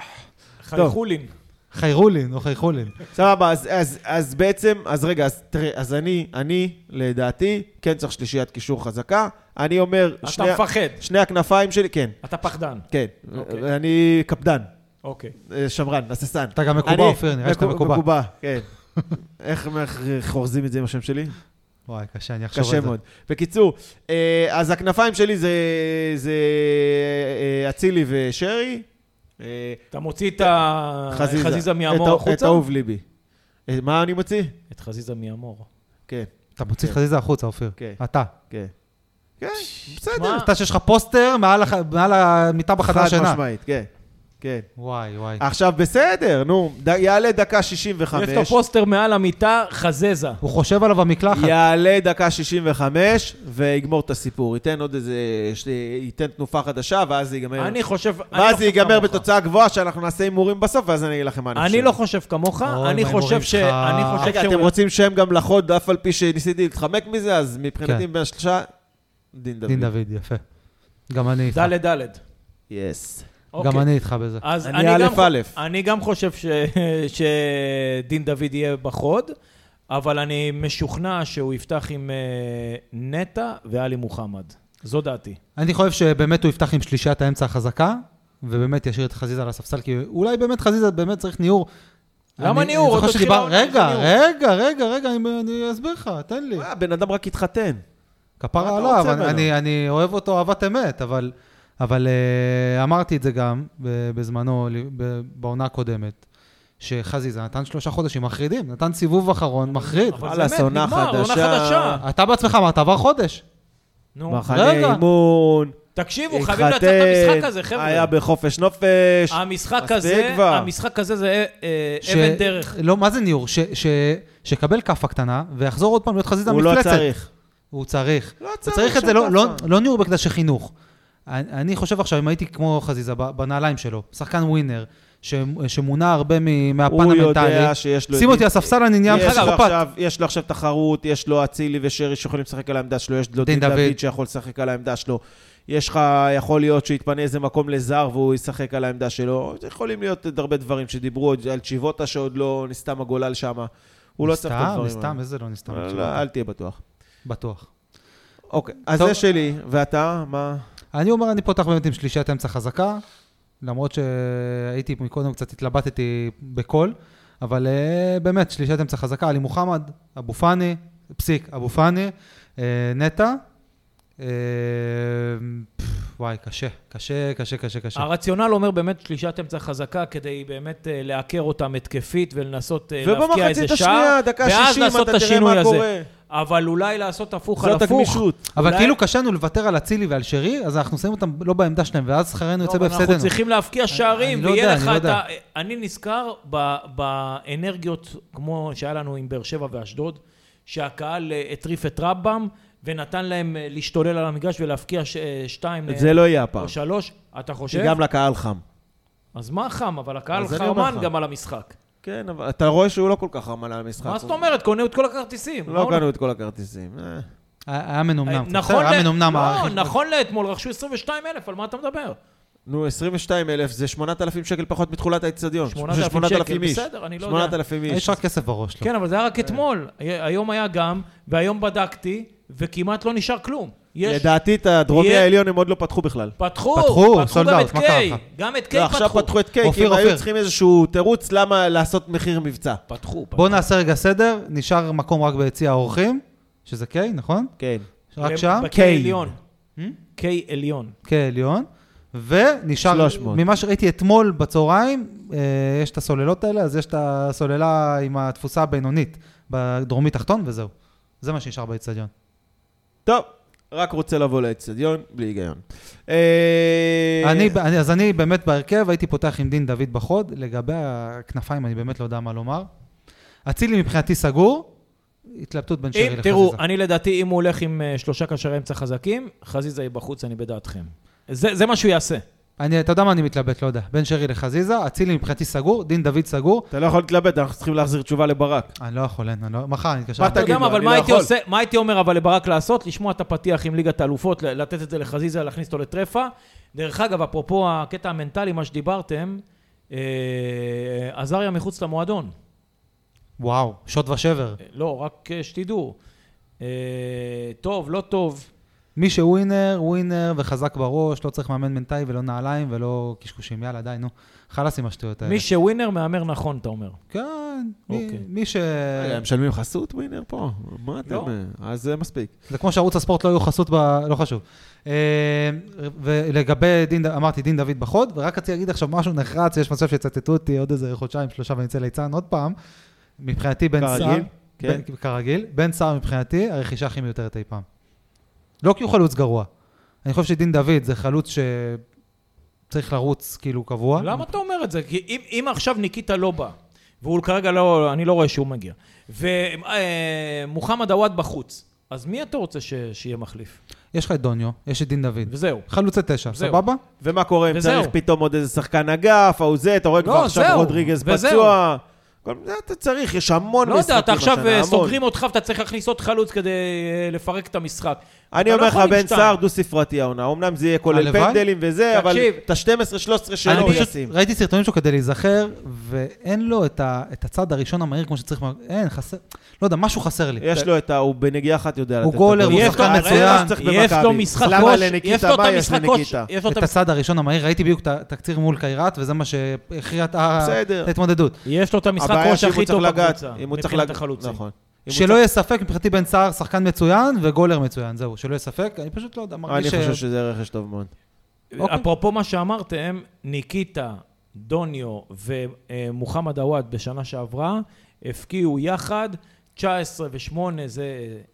חיירולין. סבבה, אז בעצם, אז רגע, אז אני, לדעתי, כן צריך שלישיית קישור חזקה. אני אומר... אתה מפחד. 2 הכנפיים שלי, כן. אתה פחדן. כן. אני קפדן. אוקיי. שמרן, הססן. אתה גם מקובע, אופיר, נראה שאתה מקובע. מקובע, כן. איך חורזים את זה עם השם שלי? וואי, קשה, אני אחשוב על זה. קשה מאוד. בקיצור, אז הכנפיים שלי זה אצילי ושרי. אתה מוציא את חזיזה מיאמור החוצה? את אהוב ליבי. מה אני מוציא? את חזיזה מיאמור. כן. אתה מוציא את חזיזה החוצה, אופיר. אתה. כן. כן, בסדר. אתה שיש לך פוסטר מעל המיטה בחדר שינה. חד משמעית, כן. כן. וואי. עכשיו בסדר, נו, יעלה דקה 65. יש לו פוסטר מעל המיטה, חזיזה. הוא חושב עליו במקלחת. יעלה דקה 65 ויגמור את הסיפור. ייתן עוד איזה, ייתן תנופה חדשה, ואז זה ייגמר. ואז זה ייגמר בתוצאה גבוהה שאנחנו נעשה אימורים בסוף, ואז אני אגיד לכם מה אני חושב. אני לא חושב כמוך, אני חושב ש... רגע, אתם רוצים שהם גם לחוד, אף על פי שניסיתי להתחמק מזה, אז מבחינתי בין השלושה, דין דוד. דין דוד, יפה. גם אני... ד'. יס. גם אני איתך בזה. אז אני א'. אני גם חושב שדין דוד יהיה בחוד, אבל אני משוכנע שהוא יפתח עם נטע ואלי מוחמד. זו דעתי. אני חושב שבאמת הוא יפתח עם שלישיית האמצע החזקה, ובאמת ישאיר את חזיזה על הספסל, כי אולי באמת חזיזה באמת צריך ניור. למה ניור? רגע, אני אסביר לך, תן לי. בן אדם רק התחתן. כפרה עליו, אני אוהב אותו אהבת אמת, אבל אמרתי את זה גם בזמנו, בעונה הקודמת, שחזיזה נתן 3 חודשים מחרידים, נתן סיבוב אחרון מחריד. אבל זה באמת, נגמר, עונה חדשה. אתה בעצמך אמרת, עבר חודש. מחנה אימון. תקשיבו, חייבים לצאת את המשחק הזה, חבר'ה. היה בחופש נופש. המשחק הזה זה אבן דרך. לא, מה זה ניור? שקבל כפה קטנה, ויחזור עוד פעם להיות חזיזה מפלצת. הוא לא צריך. הוא צריך. וצריך את זה, לא ניור בגלל שחינוך. אני חושב עכשיו, אם הייתי כמו חזיזה, בנעליים שלו, שחקן ווינר, שמונה הרבה מהפן המנטלי, שים אותי הספסל, אני נהיה פסיכופת. יש לו עכשיו תחרות, יש לו אצילי ושרי שיכולים לשחק על העמדה שלו, יש לו דין דוד שיכול לשחק על העמדה שלו, יש לך, יכול להיות שיתפנה איזה מקום לזר והוא ישחק על העמדה שלו, יכולים להיות הרבה דברים שדיברו על צ'יבוטה שעוד לא נסתם הגולל שם, הוא לא צריך את הדברים. נסתם, איזה לא נסתם? אל תהיה בטוח. בטוח. אוקיי, אז זה שלי, ואתה, מה? אני אומר, אני פותח באמת עם שלישיית אמצע חזקה, למרות שהייתי מקודם קצת התלבטתי בכל, אבל באמת, שלישיית אמצע חזקה, עלי מוחמד, אבו פאני, נטע, וואי, קשה. הרציונל אומר באמת שלישת אמצע חזקה, כדי באמת להכר אותם התקפית ולנסות להפקיע איזה שער, ואז לעשות את השינוי הזה. אבל אולי לעשות הפוך על הפוך. אבל כאילו קשנו לוותר על אצילי ועל שרי, אז אנחנו שמים אותם לא בעמדה שלהם, ואז שכרנו יוצא בהפסדנו. אנחנו צריכים להפקיע שערים, ויהיה לך את ה... אני נזכר באנרגיות, כמו שהיה לנו עם באר שבע ואשדוד, שהקהל הטריף את רבם, ונתן להם להשתולל על המגרש ולהפקיע 2 זה לא יהיה הפעם. או 3, אתה חושב? גם לקהל חם. אז מה חם? אבל הקהל חרמן גם על המשחק. כן, אבל אתה רואה שהוא לא כל כך חם על המשחק. מה זאת אומרת? קנו את כל הכרטיסים. לא קנו את כל הכרטיסים. היה מנומנם. נכון לאתמול, רכשו 22,000, על מה אתה מדבר? נו, 22,000 זה 8,000 שקל פחות מתחולת האצטדיון. 8,000 איש. בסדר, אני לא יודע. 8,000 איש. יש רק כסף בראש. כן, אבל זה היה רק אתמול. היום היה גם, והיום בדקתי, וכמעט לא נשאר כלום. לדעתי את הדרומי העליון הם עוד לא פתחו בכלל. פתחו גם את קיי. גם את קיי פתחו. עכשיו פתחו את קיי, כי הם היו צריכים איזשהו תירוץ למה לעשות מחיר מבצע. פתחו. בואו נעשה רגע סדר, נשאר מקום רק ביציע האורחים, שזה קיי, נכון? כן. רק שם? קיי עליון. קיי עליון. קיי עליון. ונשאר, ממה שראיתי אתמול בצהריים, יש את הסוללות האלה, אז יש את הסוללה עם התפוסה הבינונית בדרומי תחתון, וזהו. זה מה שנשאר באצטדיון. טוב, רק רוצה לבוא לאצטדיון, בלי היגיון. אז אני באמת בהרכב, הייתי פותח עם דין דוד בחוד, לגבי הכנפיים אני באמת לא יודע מה לומר. אצילי מבחינתי סגור, התלבטות בין שרי לחזיזה. תראו, אני לדעתי, אם הוא הולך עם 3 קשרי אמצע חזקים, חזיזה יהיה בחוץ, אני בדעתכם. זה מה שהוא יעשה. אתה יודע מה אני מתלבט, לא יודע. בין שרי לחזיזה, אצילי מבחינתי סגור, דין דוד סגור. אתה לא יכול להתלבט, אנחנו צריכים להחזיר תשובה לברק. אני לא יכול, מחר אני אתקשר. אתה יודע, אבל מה הייתי אומר אבל לברק לעשות? לשמוע את הפתיח עם ליגת האלופות, לתת את זה לחזיזה, להכניס אותו לטרפה. דרך אגב, אפרופו הקטע המנטלי, מה שדיברתם, עזריה מחוץ למועדון. וואו, שוט ושבר. לא, רק שתדעו. טוב, לא טוב. מי שווינר, ווינר וחזק בראש, לא צריך מאמן מנטלי ולא נעליים ולא קשקושים. יאללה, די, נו. חלס עם השטויות האלה. מי שווינר מאמר נכון, אתה אומר. כן, מי ש... הם משלמים חסות ווינר פה? מה אתם? אז זה מספיק. זה כמו שערוץ הספורט לא יהיו חסות, לא חשוב. ולגבי, אמרתי דין דוד בחוד, ורק רציתי להגיד עכשיו משהו נחרץ, יש מצב שיצטטו אותי עוד איזה 2-3 ונצא ליצן עוד פעם. מבחינתי בן סער, כרגיל, בן סער מבחינתי, הרכישה הכי מיותרת אי פעם. לא כי הוא חלוץ גרוע. אני חושב שדין דוד זה חלוץ שצריך לרוץ כאילו קבוע. למה אתה אומר את זה? כי אם עכשיו ניקיטה לא בא, והוא כרגע לא, אני לא רואה שהוא מגיע, ומוחמד עוואד בחוץ, אז מי אתה רוצה שיהיה מחליף? יש לך את דוניו, יש את דין דוד. וזהו. חלוצי 9, סבבה? ומה קורה אם צריך פתאום עוד איזה שחקן אגף, או זה, אתה רואה כבר עכשיו רודריגז פצוע. אתה צריך, יש המון משחקים. לא יודע, אתה עכשיו סוגרים אותך, ואתה צריך להכניס עוד חלוץ כדי לפרק את המשחק. אני אומר לך, בן סער דו ספרתי העונה, אמנם זה יהיה כולל פנדלים וזה, אבל את ה-12-13 שלו הוא ישים. ראיתי סרטונים שלו כדי להיזכר, ואין לו את הצד הראשון המהיר כמו שצריך, אין, חסר, לא יודע, משהו חסר לי. יש לו הוא בנגיעה אחת יודע לתת. הוא גולר, הוא שחקן מצוין. יש לו משחק ראש, יש לו את המשחק ראש. את הצד הראשון המהיר, ראיתי בדיוק את התקציר מול קיירת, וזה מה שהכריע את ההתמודדות. יש לו את המשחק ראש הכי טוב בקבוצה, מבחינת החלוצים. שלא יהיה ספק, מבחינתי בן סער שחקן מצוין וגולר מצוין, זהו, שלא יהיה ספק, אני פשוט לא יודע, מרגיש אני חושב שזה רכש טוב מאוד. אפרופו מה שאמרתם, ניקיטה, דוניו ומוחמד עוואד בשנה שעברה, הפקיעו יחד, 19 ו8 זה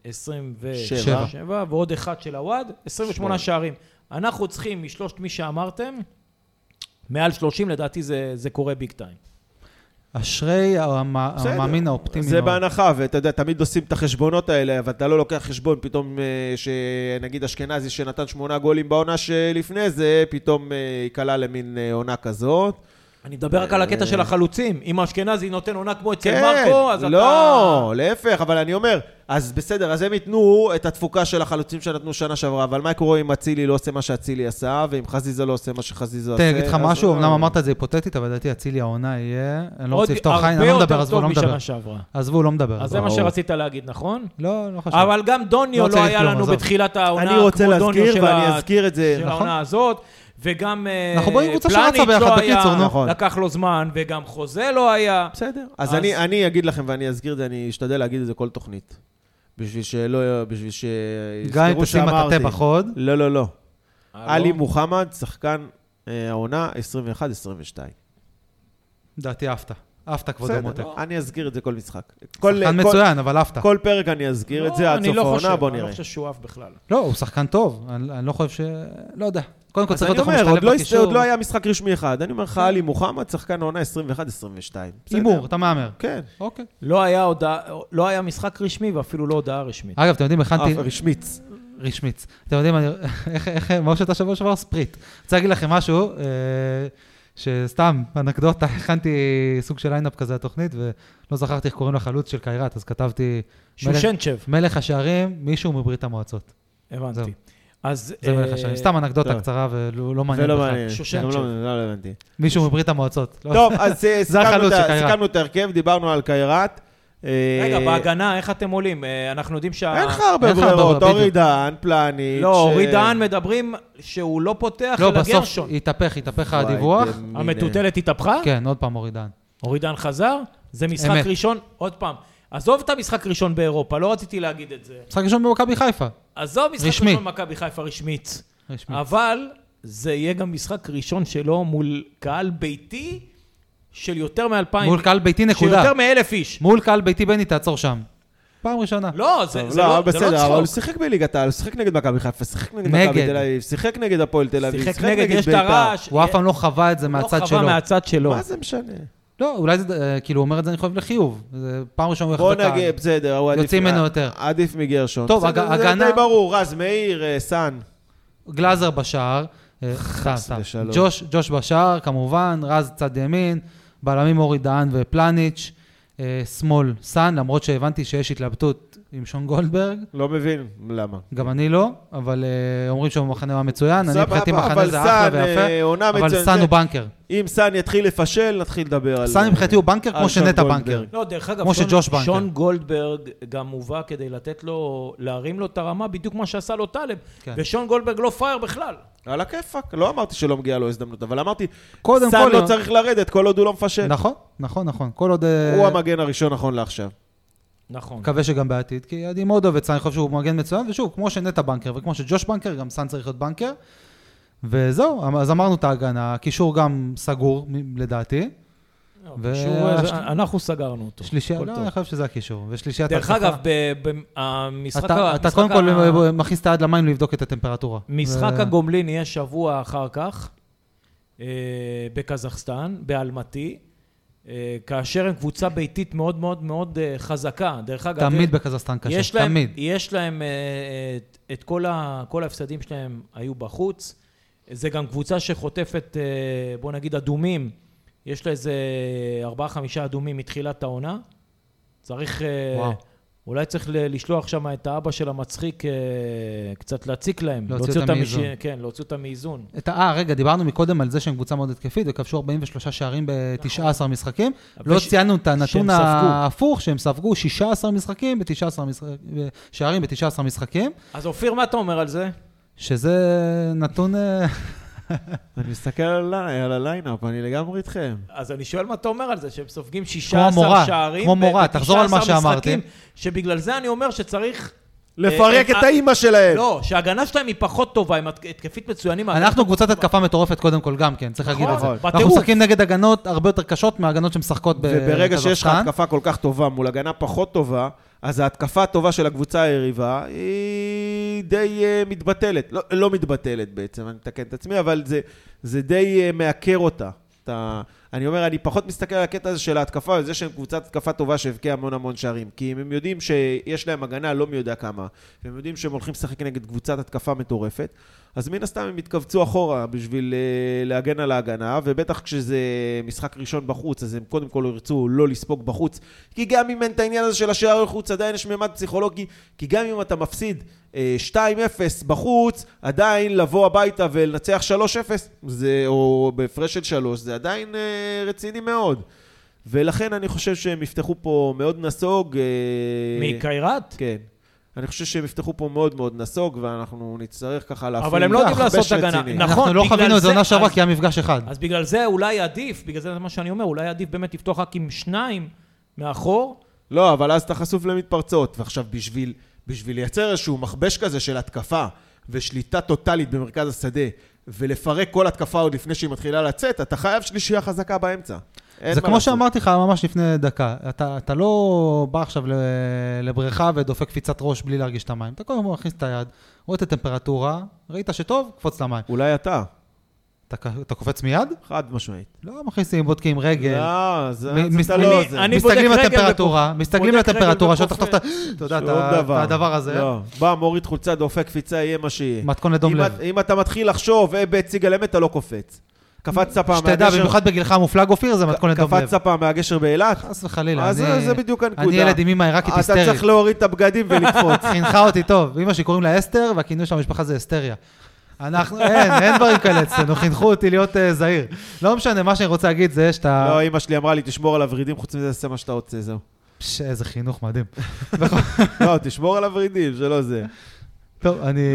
27, ועוד אחד של עוואד, 28 שערים. אנחנו צריכים משלושת מי שאמרתם, מעל 30 לדעתי זה קורה ביג טיים. אשרי המאמין האופטימי. זה בהנחה, ואתה יודע, תמיד עושים את החשבונות האלה, אבל אתה לא לוקח חשבון, פתאום שנגיד אשכנזי שנתן 8 גולים בעונה שלפני זה, פתאום יקלה למין עונה כזאת. אני מדבר רק על הקטע של החלוצים. אם אשכנזי נותן עונה כמו אצל מרקו, אז אתה... לא, להפך, אבל אני אומר, אז בסדר, אז הם ייתנו את התפוקה של החלוצים שנתנו שנה שעברה, אבל מה קורה אם אצילי לא עושה מה שאצילי עשה, ואם חזיזה לא עושה מה שחזיזה עושה? תגיד לך משהו, אמנם אמרת את זה היפותטית, אבל לדעתי אצילי העונה יהיה, אני לא רוצה לפתוח חיים, אני לא מדבר, עזבו, לא מדבר. עזבו, לא מדבר. אז זה מה שרצית להגיד, נכון? לא חשוב. אבל גם דוניו לא היה לנו בתחילת העונה, אני רוצה להזכיר ואני אזכיר את זה. של העונה הזאת. וגם פלניץ' לא היה, לקח לו זמן, וגם חוזה לא היה. בסדר. אז אני אגיד לכם ואני אזכיר את זה, אני אשתדל להגיד את זה כל תוכנית. בשביל גם אם תשים מטאטה בחוד. לא. עלי מוחמד, שחקן העונה 21-22. דעתי אהבת כבוד המותק. אני אזכיר את זה כל משחק. שחקן מצוין, אבל אהבת. כל פרק אני אזכיר את זה עד סוף העונה, בוא נראה. אני לא חושב שהוא אהב בכלל. לא, הוא שחקן טוב. אני לא חושב לא יודע. קודם כל צריך להיות משתלב בקישור. עוד לא היה משחק רשמי אחד. אני אומר לך, עלי מוחמד, שחקן העונה 21-22. אימור, אתה מאמר. כן. אוקיי. לא היה משחק רשמי ואפילו לא הודעה רשמית. אגב, אתם יודעים, הכנתי... רשמיץ. אתם יודעים, מה שאתה שבוע שעבר ספריט. רוצה להגיד לכם משהו, שסתם, אנקדוטה, הכנתי סוג של ליינאפ כזה התוכנית, ולא זכרתי איך קוראים לחלוץ של קיירת, אז כתבתי... שושנצ'ב. מלך השערים, מישהו מברית המועצות. הבנתי. זה מלך השערים. סתם אנקדוטה קצרה ולא מעניין בכלל. שושנצ'ב. לא הבנתי. מישהו מברית המועצות. טוב, אז סיכמנו את ההרכב, דיברנו על קיירת. רגע, בהגנה, איך אתם עולים? אנחנו יודעים אין לך הרבה ברירות, אורי דהן, פלניץ'. לא, אורי דהן מדברים שהוא לא פותח אלא גרשון. לא, בסוף התהפך הדיווח. המטוטלת התהפכה? כן, עוד פעם אורי דהן. אורי דהן חזר? זה משחק ראשון? עוד פעם. עזוב את המשחק ראשון באירופה, לא רציתי להגיד את זה. משחק ראשון במכבי חיפה. עזוב משחק ראשון במכבי חיפה רשמית. אבל זה יהיה גם משחק ראשון שלו מול קהל ביתי של יותר מ-2,000. מול קהל ביתי נקודה. של יותר מ-1,000 איש. מול קהל ביתי בני תעצור שם. פעם ראשונה. לא, זה לא בסדר, אבל הוא שיחק בליגת העל, הוא שיחק נגד מכבי חיפה, שיחק נגד מכבי תל אביב, שיחק נגד הפועל תל אביב, שיחק נגד יש את הרעש. הוא אף פעם לא חווה את זה מהצד שלו. לא חווה מהצד שלו. מה זה משנה? לא, אולי זה, כאילו, הוא אומר את זה, אני חושב לחיוב. זה פעם ראשונה הוא בוא נגיד, בסדר, יוצאים ממנו יותר. עדיף מגרשון. טוב, הגנה... זה די ברור, רז מאיר, סן. גלאזר בשער. ג'וש בשער, כמובן, רז צד ימין, בלמים אורי דהן ופלניץ', שמאל סן, למרות שהבנתי שיש התלבטות עם שון גולדברג. לא מבין למה. גם אני לא, אבל אומרים שהוא מחנה היה מצוין, אני מבחינתי מחנה זה אחלה ויפה, אבל סן הוא בנקר. אם סן יתחיל לפשל, נתחיל לדבר על... סן מבחינתי הוא בנקר כמו שנטע בנקר. לא, דרך אגב, שון גולדברג גם מובא כדי לתת לו, להרים לו את הרמה, בדיוק מה שעשה לו טלב, ושון גולדברג לא פייר בכלל. על הכיפק, לא אמרתי שלא מגיעה לו הזדמנות, אבל אמרתי, סן לא צריך לרדת כל עוד הוא לא מפשל. נכון. כל עוד... הוא המגן הראשון נכון לעכשיו. נכון. מקווה שגם בעתיד, כי עדי מאוד אוהב את סן, אני חושב שהוא מגן מצוין, ושוב, כמו שנטע בנקר וכמו שג'וש בנקר, גם סן צריך להיות בנקר. וזהו, אז אמרנו את ההגנה, הקישור גם סגור לדעתי. אנחנו סגרנו אותו. לא, אני חושב שזה הקישור. דרך אגב, המשחק... אתה קודם כל מכניס את היד למים לבדוק את הטמפרטורה. משחק הגומלין יהיה שבוע אחר כך, בקזחסטן, באלמטי, כאשר הם קבוצה ביתית מאוד מאוד מאוד חזקה. דרך אגב... תמיד בקזחסטן קשה, תמיד. יש להם את כל ההפסדים שלהם היו בחוץ. זה גם קבוצה שחוטפת, בוא נגיד, אדומים. יש לה איזה 4-5 אדומים מתחילת העונה. צריך... אולי צריך לשלוח שם את האבא של המצחיק, קצת להציק להם. להוציא אותם מאיזון. כן, להוציא אותם מאיזון. רגע, דיברנו מקודם על זה שהם קבוצה מאוד התקפית, וכבשו 43 שערים ב-19 משחקים. לא ציינו את הנתון ההפוך, שהם ספגו 16 משחקים שערים ב-19 משחקים. אז אופיר, מה אתה אומר על זה? שזה נתון... אני מסתכל על הליינאפ, אני לגמרי איתכם. אז אני שואל מה אתה אומר על זה, שהם סופגים 16 שערים. כמו מורה, תחזור על מה שאמרתי. שבגלל זה אני אומר שצריך... לפרק את האימא שלהם. לא, שההגנה שלהם היא פחות טובה, הם התקפית מצוינים. אנחנו קבוצת התקפה מטורפת קודם כל גם כן, צריך להגיד את זה. אנחנו משחקים נגד הגנות הרבה יותר קשות מההגנות שמשחקות בקזחסטן. וברגע שיש לך התקפה כל כך טובה מול הגנה פחות טובה, אז ההתקפה הטובה של הקבוצה היריבה היא די מתבטלת. לא מתבטלת בעצם, אני מתקן את עצמי, אבל זה די מעקר אותה. אני אומר, אני פחות מסתכל על הקטע הזה של ההתקפה, וזה שהם קבוצת התקפה טובה שהבקיעה המון שערים. כי אם הם יודעים שיש להם הגנה לא מי יודע כמה, והם יודעים שהם הולכים לשחק נגד קבוצת התקפה מטורפת, אז מן הסתם הם יתכווצו אחורה בשביל להגן על ההגנה, ובטח כשזה משחק ראשון בחוץ, אז הם קודם כל ירצו לא לספוג בחוץ, כי גם אם אין את העניין הזה של השער לחוץ, עדיין יש ממד פסיכולוגי, כי גם אם אתה מפסיד 2-0 בחוץ, עדיין לבוא הביתה ולנצח 3-0, או בהפרש של 3, זה עדיין רציני מאוד. ולכן אני חושב שהם יפתחו פה מאוד נסוג. מקיירת? כן. אני חושב שהם יפתחו פה מאוד מאוד נסוג, ואנחנו נצטרך ככה להפעיל. אבל הם לא יודעים לעשות הגנה. נכון, אנחנו לא חווינו את זה עונה שעברה, כי היה מפגש אחד. אז בגלל זה אולי עדיף, בגלל זה מה שאני אומר, אולי עדיף באמת לפתוח רק עם 2 מאחור. לא, אבל אז אתה חשוף למתפרצות, ועכשיו בשביל לייצר איזשהו מכבש כזה של התקפה, ושליטה טוטלית במרכז השדה, ולפרק כל התקפה עוד לפני שהיא מתחילה לצאת, אתה חייב שלישייה חזקה באמצע. זה כמו שאמרתי לך ממש לפני דקה, אתה לא בא עכשיו לבריכה ודופק קפיצת ראש בלי להרגיש את המים, אתה קודם כל מכניס את היד, רואה את הטמפרטורה, ראית שטוב, קפוץ למים. אולי אתה אתה קופץ מיד? חד משמעית. לא, מכניסים, בודקים רגל. לא, זה לא זה. מסתכלים לטמפרטורה, שתחתוף את הדבר הזה. לא, בא, מוריד חולצה, דופק קפיצה, יהיה מה שיהיה. מתכון לדום לב. אם אתה מתחיל לחשוב, בהציג על אמת, אתה לא קופץ. קפצת פעם שתדע, במיוחד בגילך המופלג אופיר, זה מתכון לדום לב. קפצת פעם מהגשר באילת? חס וחלילה. אז זה בדיוק הנקודה. אני ילד עם אמא עיראקית היסטרית. אתה צריך להוריד את הבגדים ולקפוץ. חינכה אותי טוב. אמא שקוראים לה אסתר, והכינוי של המשפחה זה אסתריה. אין דברים כאלה אצלנו, חינכו אותי להיות זהיר. לא משנה, מה שאני רוצה להגיד זה שאתה... לא, אמא שלי אמרה לי, תשמור על הורידים, חוץ מזה, תעשה מה שאתה רוצה, זהו. איזה חינוך מדהים. לא, תשמור על הורידים, שלא זה. טוב,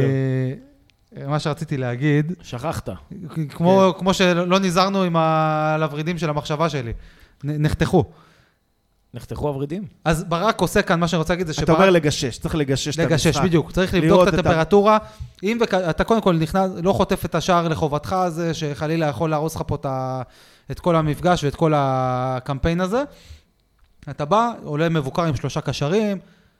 מה שרציתי להגיד... שכחת. כמו שלא נזהרנו עם הורידים של המחשבה שלי. נחתכו. נחתכו הורידים? אז ברק עושה כאן, מה שאני רוצה להגיד זה אתה אומר לגשש, צריך לגשש את המשחק. לגשש, בדיוק. צריך לבדוק את הטמפרטורה. אם אתה קודם כל נכנס, לא חוטף את השער לחובתך הזה, שחלילה יכול להרוס לך פה את כל המפגש ואת כל הקמפיין הזה. אתה בא, עולה מבוקר עם 3 קשרים,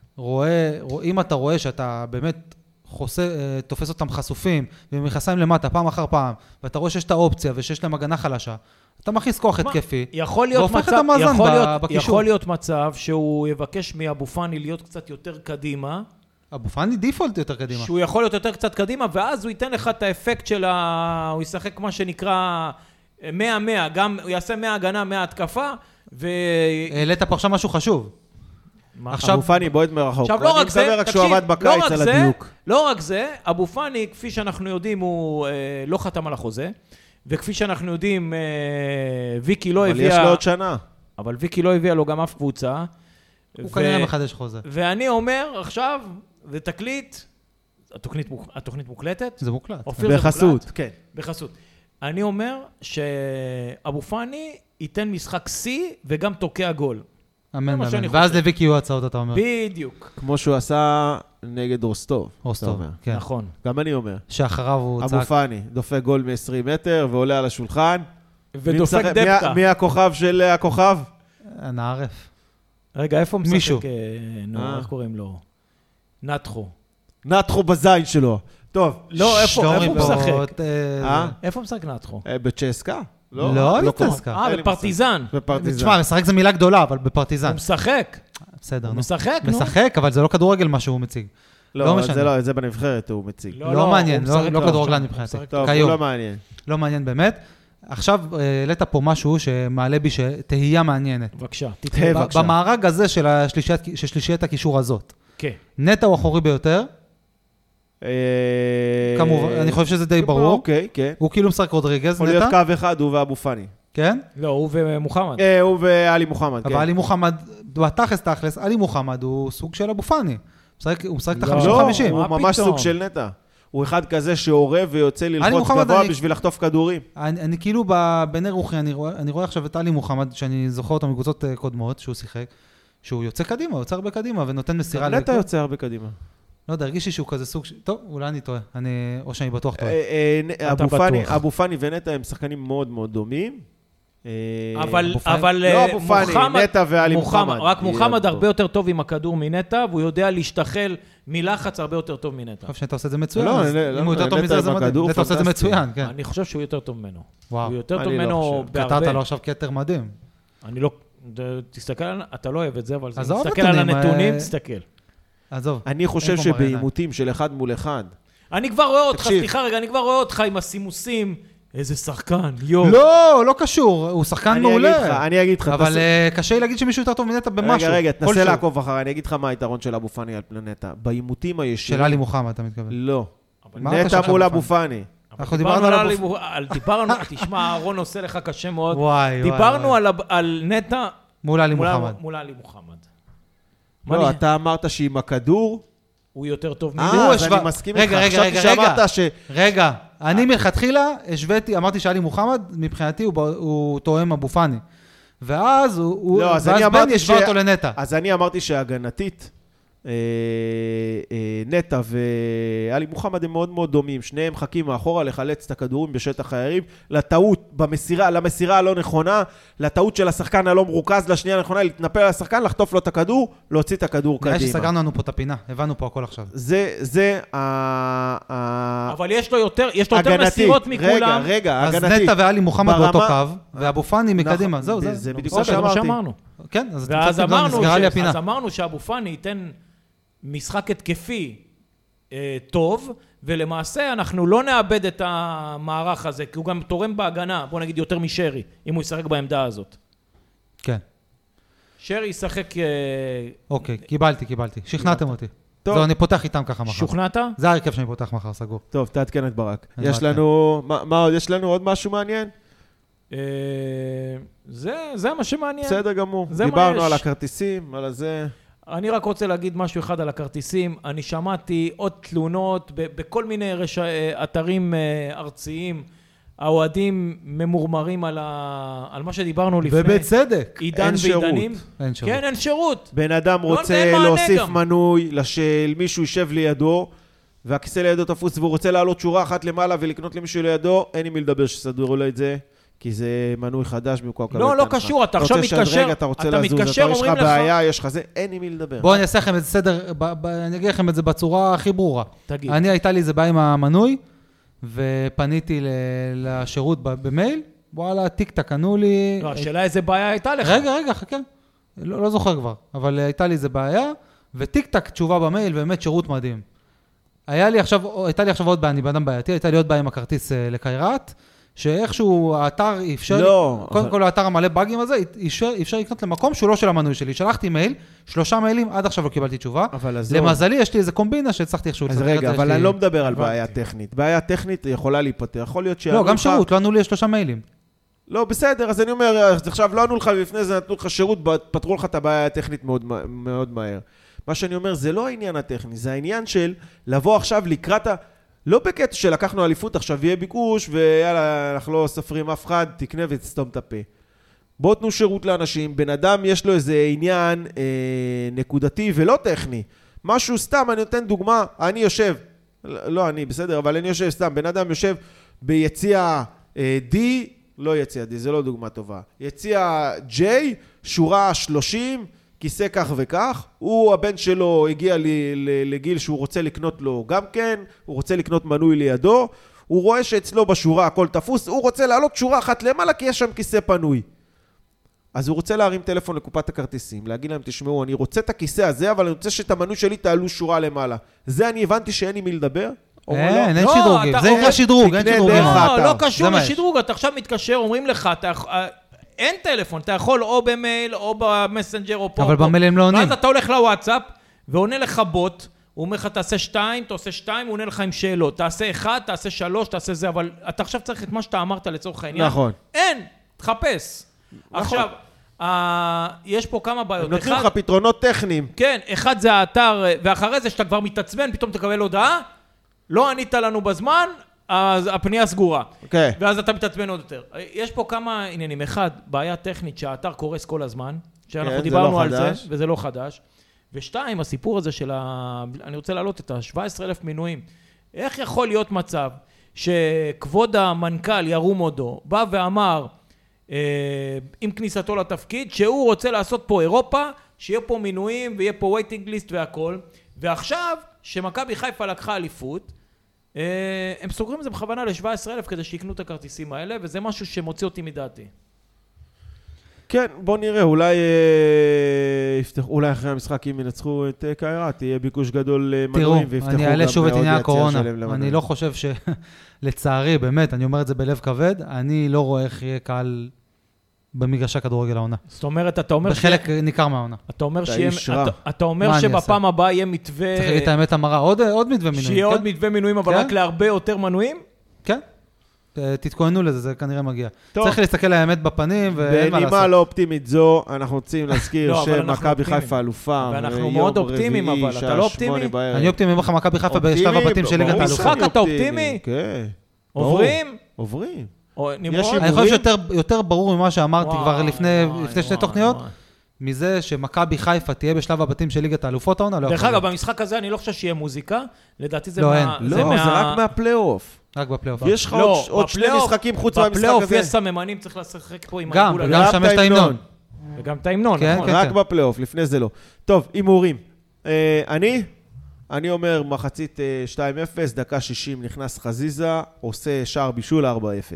אם אתה רואה שאתה באמת תופס אותם חשופים, ומכנסיים למטה פעם אחר פעם, ואתה רואה שיש את האופציה ושיש להם הגנה חלשה, אתה מכניס כוח התקפי, והופך את המאזן בקישור. יכול להיות מצב שהוא יבקש מאבו פאני להיות קצת יותר קדימה. אבו פאני דיפולט יותר קדימה. שהוא יכול להיות יותר קצת קדימה, ואז הוא ייתן לך את האפקט של הוא ישחק מה שנקרא 100-100, גם הוא יעשה 100 הגנה, 100 התקפה, העלית פה עכשיו משהו חשוב. אבו פאני בועט מרחוק. עכשיו, לא רק זה, רק שהוא עבד בקיץ על הדיוק. לא רק זה, אבו פאני, כפי שאנחנו יודעים, הוא לא חתם על החוזה, וכפי שאנחנו יודעים, ויקי לא הביאה... אבל יש לו עוד שנה. אבל ויקי לא הביאה לו גם אף קבוצה. הוא כנראה מחדש חוזה. ואני אומר עכשיו, ותקליט, התוכנית מוקלטת? זה מוקלט. בחסות, כן. בחסות. אני אומר שאבו פאני ייתן משחק C וגם תוקע גול. אמן. ואז לוויקי יהיו הצעות, אתה אומר. בדיוק. כמו שהוא עשה נגד רוסטוב. רוסטוב, כן. נכון. גם אני אומר. שאחריו הוא צעק. אבו פאני, דופק גול מ-20 מטר ועולה על השולחן. ודופק דפקה. מי הכוכב של הכוכב? נערף. רגע, איפה משחק? מישהו. איך קוראים לו? נתחו. נתחו בזין שלו. טוב. לא, איפה הוא משחק? איפה משחק נתחו? בצ'סקה? לא בצ'סקה. בפרטיזן. תשמע, משחק זה מילה גדולה, אבל בפרטיזן. הוא משחק. בסדר, נו. משחק, נו. משחק, אבל זה לא כדורגל מה שהוא מציג. לא, זה בנבחרת הוא מציג. לא מעניין, לא כדורגלן מבחינתי. טוב, הוא לא מעניין. לא מעניין באמת. עכשיו העלית פה משהו שמעלה בי שתהייה מעניינת. בבקשה, בבקשה. במארג הזה של שלישיית הקישור הזאת, כן. נטע הוא אחורי ביותר, כמובן, אני חושב שזה די ברור. אוקיי, כן. הוא כאילו משחק רודריגז, יכול להיות נטע. קו אחד, הוא ואבו פאני. כן? לא, הוא ומוחמד. הוא ואלי מוחמד, כן. אבל עלי מוחמד, בתכלס, עלי מוחמד הוא סוג של אבו פאני. הוא משחק את לא. ה-50-50. הוא מה ממש פתאום? סוג של נטע. הוא אחד כזה שעורב ויוצא ללחוץ מוחמד, גבוה אני- בשביל לחטוף כדורים. אני כאילו בעיני רוחי, אני רואה עכשיו את עלי מוחמד, שאני זוכר אותו מקבוצות קודמות, שהוא שיחק, שהוא יוצא קדימה, יוצא הרבה קדימה, ונותן מסירה נטע יוצא הרבה קדימה. לא יודע, הרגיש לי שהוא כזה סוג טוב, אולי אני טועה, או שאני בטוח טועה. בטוח. אבו פאני ונטע הם שחקנים מאוד מאוד דומים. אבל לא אבו פאני, נטע ואלי מוחמד. רק מוחמד הרבה יותר טוב עם הכדור מנטע, והוא יודע להשתחל מלחץ הרבה יותר טוב מנטע. אני חושב שאתה עושה את זה מצוין, לא, אז לא, אם הוא יותר נטע טוב מזה, עם זה מדהים. הכדור נטע עושה את זה פנטסטי. מצוין, כן. אני חושב שהוא יותר טוב ממנו. וואו. הוא יותר טוב אני לא ממנו חושב. בהרבה. קטעת לו עכשיו כתר מדהים. אני לא... תסתכל על... אתה לא אוהב את זה, אבל עזוב תסתכל על נתונים, הנתונים, תסתכל. עזוב. אני חושב אין פה מראה שבעימותים של אחד מול אחד, אני כבר רואה אותך, תקשיב. סליחה רגע, אני כבר רואה אותך עם הסימוסים. איזה שחקן, יו. לא קשור, הוא שחקן מעולה. אני אגיד לך, אבל קשה לי להגיד שמישהו יותר טוב מנטע במשהו. רגע, תנסה כלשהו. לעקוב אחרי, אני אגיד לך מה היתרון של אבו פאני על פלנטה. בעימותים הישירים... של עלי מוחמד, אתה מתכוון. לא. מה אתה נטע של מול אבו אבו פאני. אנחנו דיברנו על דיברנו, תשמע, אהרון עושה לך קשה מאוד. וואי. דיברנו על נטע מול עלי מוחמד. מול עלי מוחמד. לא, אתה אמרת שעם הכדור... הוא יותר טוב הוא ממנו. אז השווה- אני מסכים רגע, איתך. רגע, חשבתי רגע. שאמרת ש... רגע, אני מלכתחילה אמרתי שעלי מוחמד, מבחינתי הוא תואם אבו פאני. ואז לא, אז אני בן אמרתי ישווה אותו לנטע. אז אני אמרתי שהגנתית, נטע ואלי מוחמד הם מאוד מאוד דומים. שניהם מחכים מאחורה לחלץ את הכדורים בשטח היריב. לטעות למסירה הלא נכונה, לטעות של השחקן הלא מרוכז, לשנייה הנכונה, להתנפל על השחקן, לחטוף לו את הכדור, להוציא את הכדור נראה קדימה. שסגרנו לנו פה את הפינה, הבנו פה הכל עכשיו. זה אבל יש לו יותר הגנתית. מסירות מכולם. רגע, אז הגנתית. נטע ואלי מוחמד ברמה- באותו קו, ואבו פאני מקדימה, נכון, זהו. זה בדיוק בסדר, מה זה מה שאמרתי. שאמרנו. כן, אז ואז נסגרה לי הפינה. אמרנו שאבו פאני ייתן משחק התקפי טוב, ולמעשה אנחנו לא נאבד את המערך הזה, כי הוא גם תורם בהגנה, בוא נגיד יותר משרי, אם הוא ישחק בעמדה הזאת. כן, שרי ישחק... אוקיי, קיבלתי. שכנעתם אותי. טוב. זהו, אני פותח איתם ככה מחר. שוכנעת? זה הרכב שאני פותח מחר, סגור. טוב, תעדכן את ברק. אני יש לנו... מה עוד? יש לנו עוד משהו מעניין? זה מה שמעניין. בסדר גמור. זה מה דיברנו יש. על הכרטיסים, על הזה. אני רק רוצה להגיד משהו אחד על הכרטיסים. אני שמעתי עוד תלונות בכל מיני אתרים ארציים. האוהדים ממורמרים על מה שדיברנו לפני. ובצדק. עידן אין שירות. ועידנים. אין שירות. כן, אין שירות. בן אדם אין רוצה מענה להוסיף גם. מנוי מישהו יישב לידו, והכיסא לידו תפוס, והוא רוצה לעלות שורה אחת למעלה ולקנות למישהו לידו, אין עם מי לדבר שסדרו לו את זה, כי זה מנוי חדש במקום לקבל לא, את לא ההנחה. קשור, אתה עכשיו רוצה לשדרג, מתקשר, אתה רוצה אתה לזוז, מתקשר, יש לך אומרים לך- בעיה, יש לך זה, אין עם מי לדבר. בואו אני אעשה לכם את זה סדר, אני אגיד לכם את זה בצורה הכי ברורה. תגיד. הייתה לי איזה בעיה עם המנוי, ופניתי לשירות במייל, וואלה, טיק-טק, ענו לי... לא, השאלה איזה בעיה הייתה לך. רגע, חכה. לא זוכר כבר, אבל הייתה לי איזה בעיה, וטיק-טק תשובה במייל, באמת שירות מדהים. הייתה לי עכשיו עוד בעיה, אני באדם בעייתי, הייתה לי עוד בעיה עם הכרטיס לקיירת, שאיכשהו האתר אפשר, לא. קודם כל האתר המלא באגים הזה, אפשר לקנות למקום שהוא לא של המנוי שלי. שלחתי מייל, 3 מיילים, עד עכשיו לא קיבלתי תשובה. אבל עזוב. למזלי, יש לי איזה קומבינה שהצלחתי איכשהו אז רגע, אבל אני לא מדבר על בעיה טכנית. בעיה טכנית יכולה להיפטר. יכול להיות שיענו לא, לך... גם שירות, לא ענו לי 3 מיילים. לא, בסדר, אז אני אומר, אז עכשיו לא ענו לך, ולפני זה נתנו לך שירות, פתרו לך את הבעיה הטכנית מאוד, מאוד מהר. מה שאני אומר, זה לא העניין הטכני, זה העניין של לבוא עכשיו לקראת לא בקטע שלקחנו אליפות, עכשיו יהיה ביקוש, ויאללה, אנחנו לא ספרים אף אחד, תקנה ותסתום את הפה. בואו תנו שירות לאנשים, בן אדם יש לו איזה עניין נקודתי ולא טכני. משהו סתם, אני נותן דוגמה, אני יושב, לא אני, בסדר, אבל אני יושב סתם, בן אדם יושב ביציע D, לא יציע D, זה לא דוגמה טובה. יציע J, שורה 30, כיסא כך וכך, הבן שלו הגיע לגיל שהוא רוצה לקנות לו גם כן, הוא רוצה לקנות מנוי לידו, הוא רואה שאצלו בשורה הכל תפוס, הוא רוצה לעלות שורה אחת למעלה כי יש שם כיסא פנוי. אז הוא רוצה להרים טלפון לקופת הכרטיסים, להגיד להם, תשמעו, אני רוצה את הכיסא הזה, אבל אני רוצה שאת המנוי שלי תעלו שורה למעלה. זה אני הבנתי שאין לי מי לדבר. אין לא, שדרוגים, אתה זה עובד- נקרא שדרוג, אין תקנה שדרוגים. דרך האתר. לא קשור זה מה יש. לשדרוג, אתה עכשיו מתקשר, אומרים לך, אין טלפון, אתה יכול או במייל, או במסנג'ר, או פה. אבל במייל הם לא עונים. ואז אתה הולך לוואטסאפ, ועונה לך בוט, הוא אומר לך, תעשה 2, אתה עושה 2, הוא עונה לך עם שאלות. תעשה 1, תעשה 3, תעשה זה, אבל אתה עכשיו צריך את מה שאתה אמרת לצורך העניין. נכון. אין, תחפש. עכשיו, יש פה כמה בעיות. הם נותנים לך פתרונות טכניים. כן, אחד זה האתר, ואחרי זה שאתה כבר מתעצבן, פתאום תקבל הודעה, לא ענית לנו בזמן, אז הפנייה סגורה. אוקיי. ואז אתה מתעצבן עוד יותר. יש פה כמה עניינים. אחד, בעיה טכנית שהאתר קורס כל הזמן, שאנחנו כן, זה דיברנו לא על זה, חדש. וזה לא חדש. ושתיים, הסיפור הזה של אני רוצה להעלות את ה-17,000 מנויים. איך יכול להיות מצב שכבוד המנכ"ל ירום הודו בא ואמר, עם כניסתו לתפקיד, שהוא רוצה לעשות פה אירופה, שיהיה פה מינויים ויהיה פה וייטינג ליסט והכל, ועכשיו שמכבי חיפה לקחה אליפות, הם סוגרים את זה בכוונה ל-17,000 כדי שיקנו את הכרטיסים האלה, וזה משהו שמוציא אותי מדעתי. כן, בוא נראה, אולי אחרי המשחק, אם ינצחו את קיירת, תהיה ביקוש גדול תראו, למנויים, ויפתחו אני אעלה שוב את מאוד עניין יציע הקורונה. שלם למנויים. אני לא חושב לצערי, באמת, אני אומר את זה בלב כבד, אני לא רואה איך יהיה קהל במגרשי הכדורגל העונה. זאת אומרת, אתה אומר בחלק ניכר מהעונה. אתה אומר אתה שיהיה, איש רע. אתה אומר מה אני שבפעם הבאה יהיה מתווה, צריך להגיד את האמת המרה, עוד מתווה מינויים. שיהיה כן? עוד מתווה מינויים, אבל כן? רק להרבה יותר מנויים? כן. תתכוננו לזה, זה כנראה מגיע. טוב. צריך להסתכל לאמת בפנים, ואין מה בנימה לעשות. לא אופטימית זו, אנחנו רוצים להזכיר לא, אבל אנחנו שמכבי אופטימיים. חיפה אלופה. ואנחנו יום מאוד אופטימיים, רביעי, אבל אתה שעה לא אופטימי? 8 בערב. אני אופטימי, אומר לך מכבי חיפה בשלב אופטימי, הבתים של ליגת ברור האלופות. משחק שאני אתה אופטימי? כן. עוברים? עוברים. או יש נמרוד? אני חושב שיותר ברור ממה שאמרתי כבר וואי, לפני וואי, שתי וואי, תוכניות, וואי. מזה שמכבי חיפה תהיה בשלב הבתים של ליגת האלופות העונה, לא דרך יכול אגב, להיות. במשחק הזה אני לא חושב שיהיה מוזיקה, לדעתי זה לא, אין. לא, זה רק מהפלייאוף. רק בפלייאוף. יש לך לא, עוד שני בפלייאוף- משחקים חוץ מהמשחק בפלייאוף הזה. יש סממנים, צריך לשחק פה עם גם, העיגול וגם הזה. שם יש את ההמנון. וגם את ההמנון, כן, נכון? כן. רק בפלייאוף, לפני זה לא. טוב, הימורים. אני אומר מחצית 2-0, דקה 60 נכנס חזיזה, עושה שער בישול 4-0.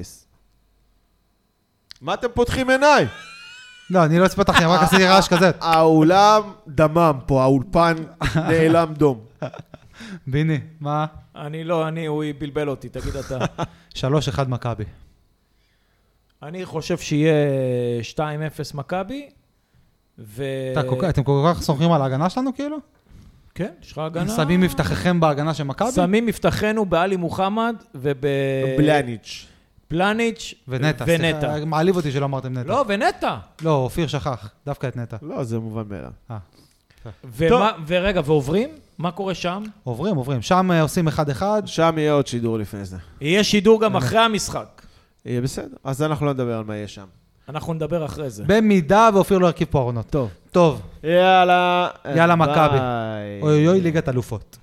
מה אתם פותחים עיניי? לא, אני לא אצפתח, רק עשיתי רעש כזה. האולם דמם פה, האולפן נעלם דום. ביני, מה? אני לא, הוא בלבל אותי, תגיד אתה. 3-1 מכבי. אני חושב שיהיה 2-0 מכבי, אתם כל כך סומכים על ההגנה שלנו כאילו? כן, יש לך הגנה. שמים מבטחכם בהגנה של מכבי? שמים מבטחנו באלי מוחמד בלניץ'. פלניץ' ונטע. ונטע. סליחה, מעליב אותי שלא אמרתם נטע. לא, ונטע. לא, אופיר שכח, דווקא את נטע. לא, זה מובן מאליו. ורגע, ועוברים? מה קורה שם? עוברים. שם עושים 1-1. שם יהיה עוד שידור לפני זה. יהיה שידור גם אחרי המשחק. יהיה בסדר. אז אנחנו לא נדבר על מה יהיה שם. אנחנו נדבר אחרי זה. במידה ואופיר לא ירכיב פה עונות. טוב. יאללה. יאללה, מכבי. ביי. אוי ליגת אלופות.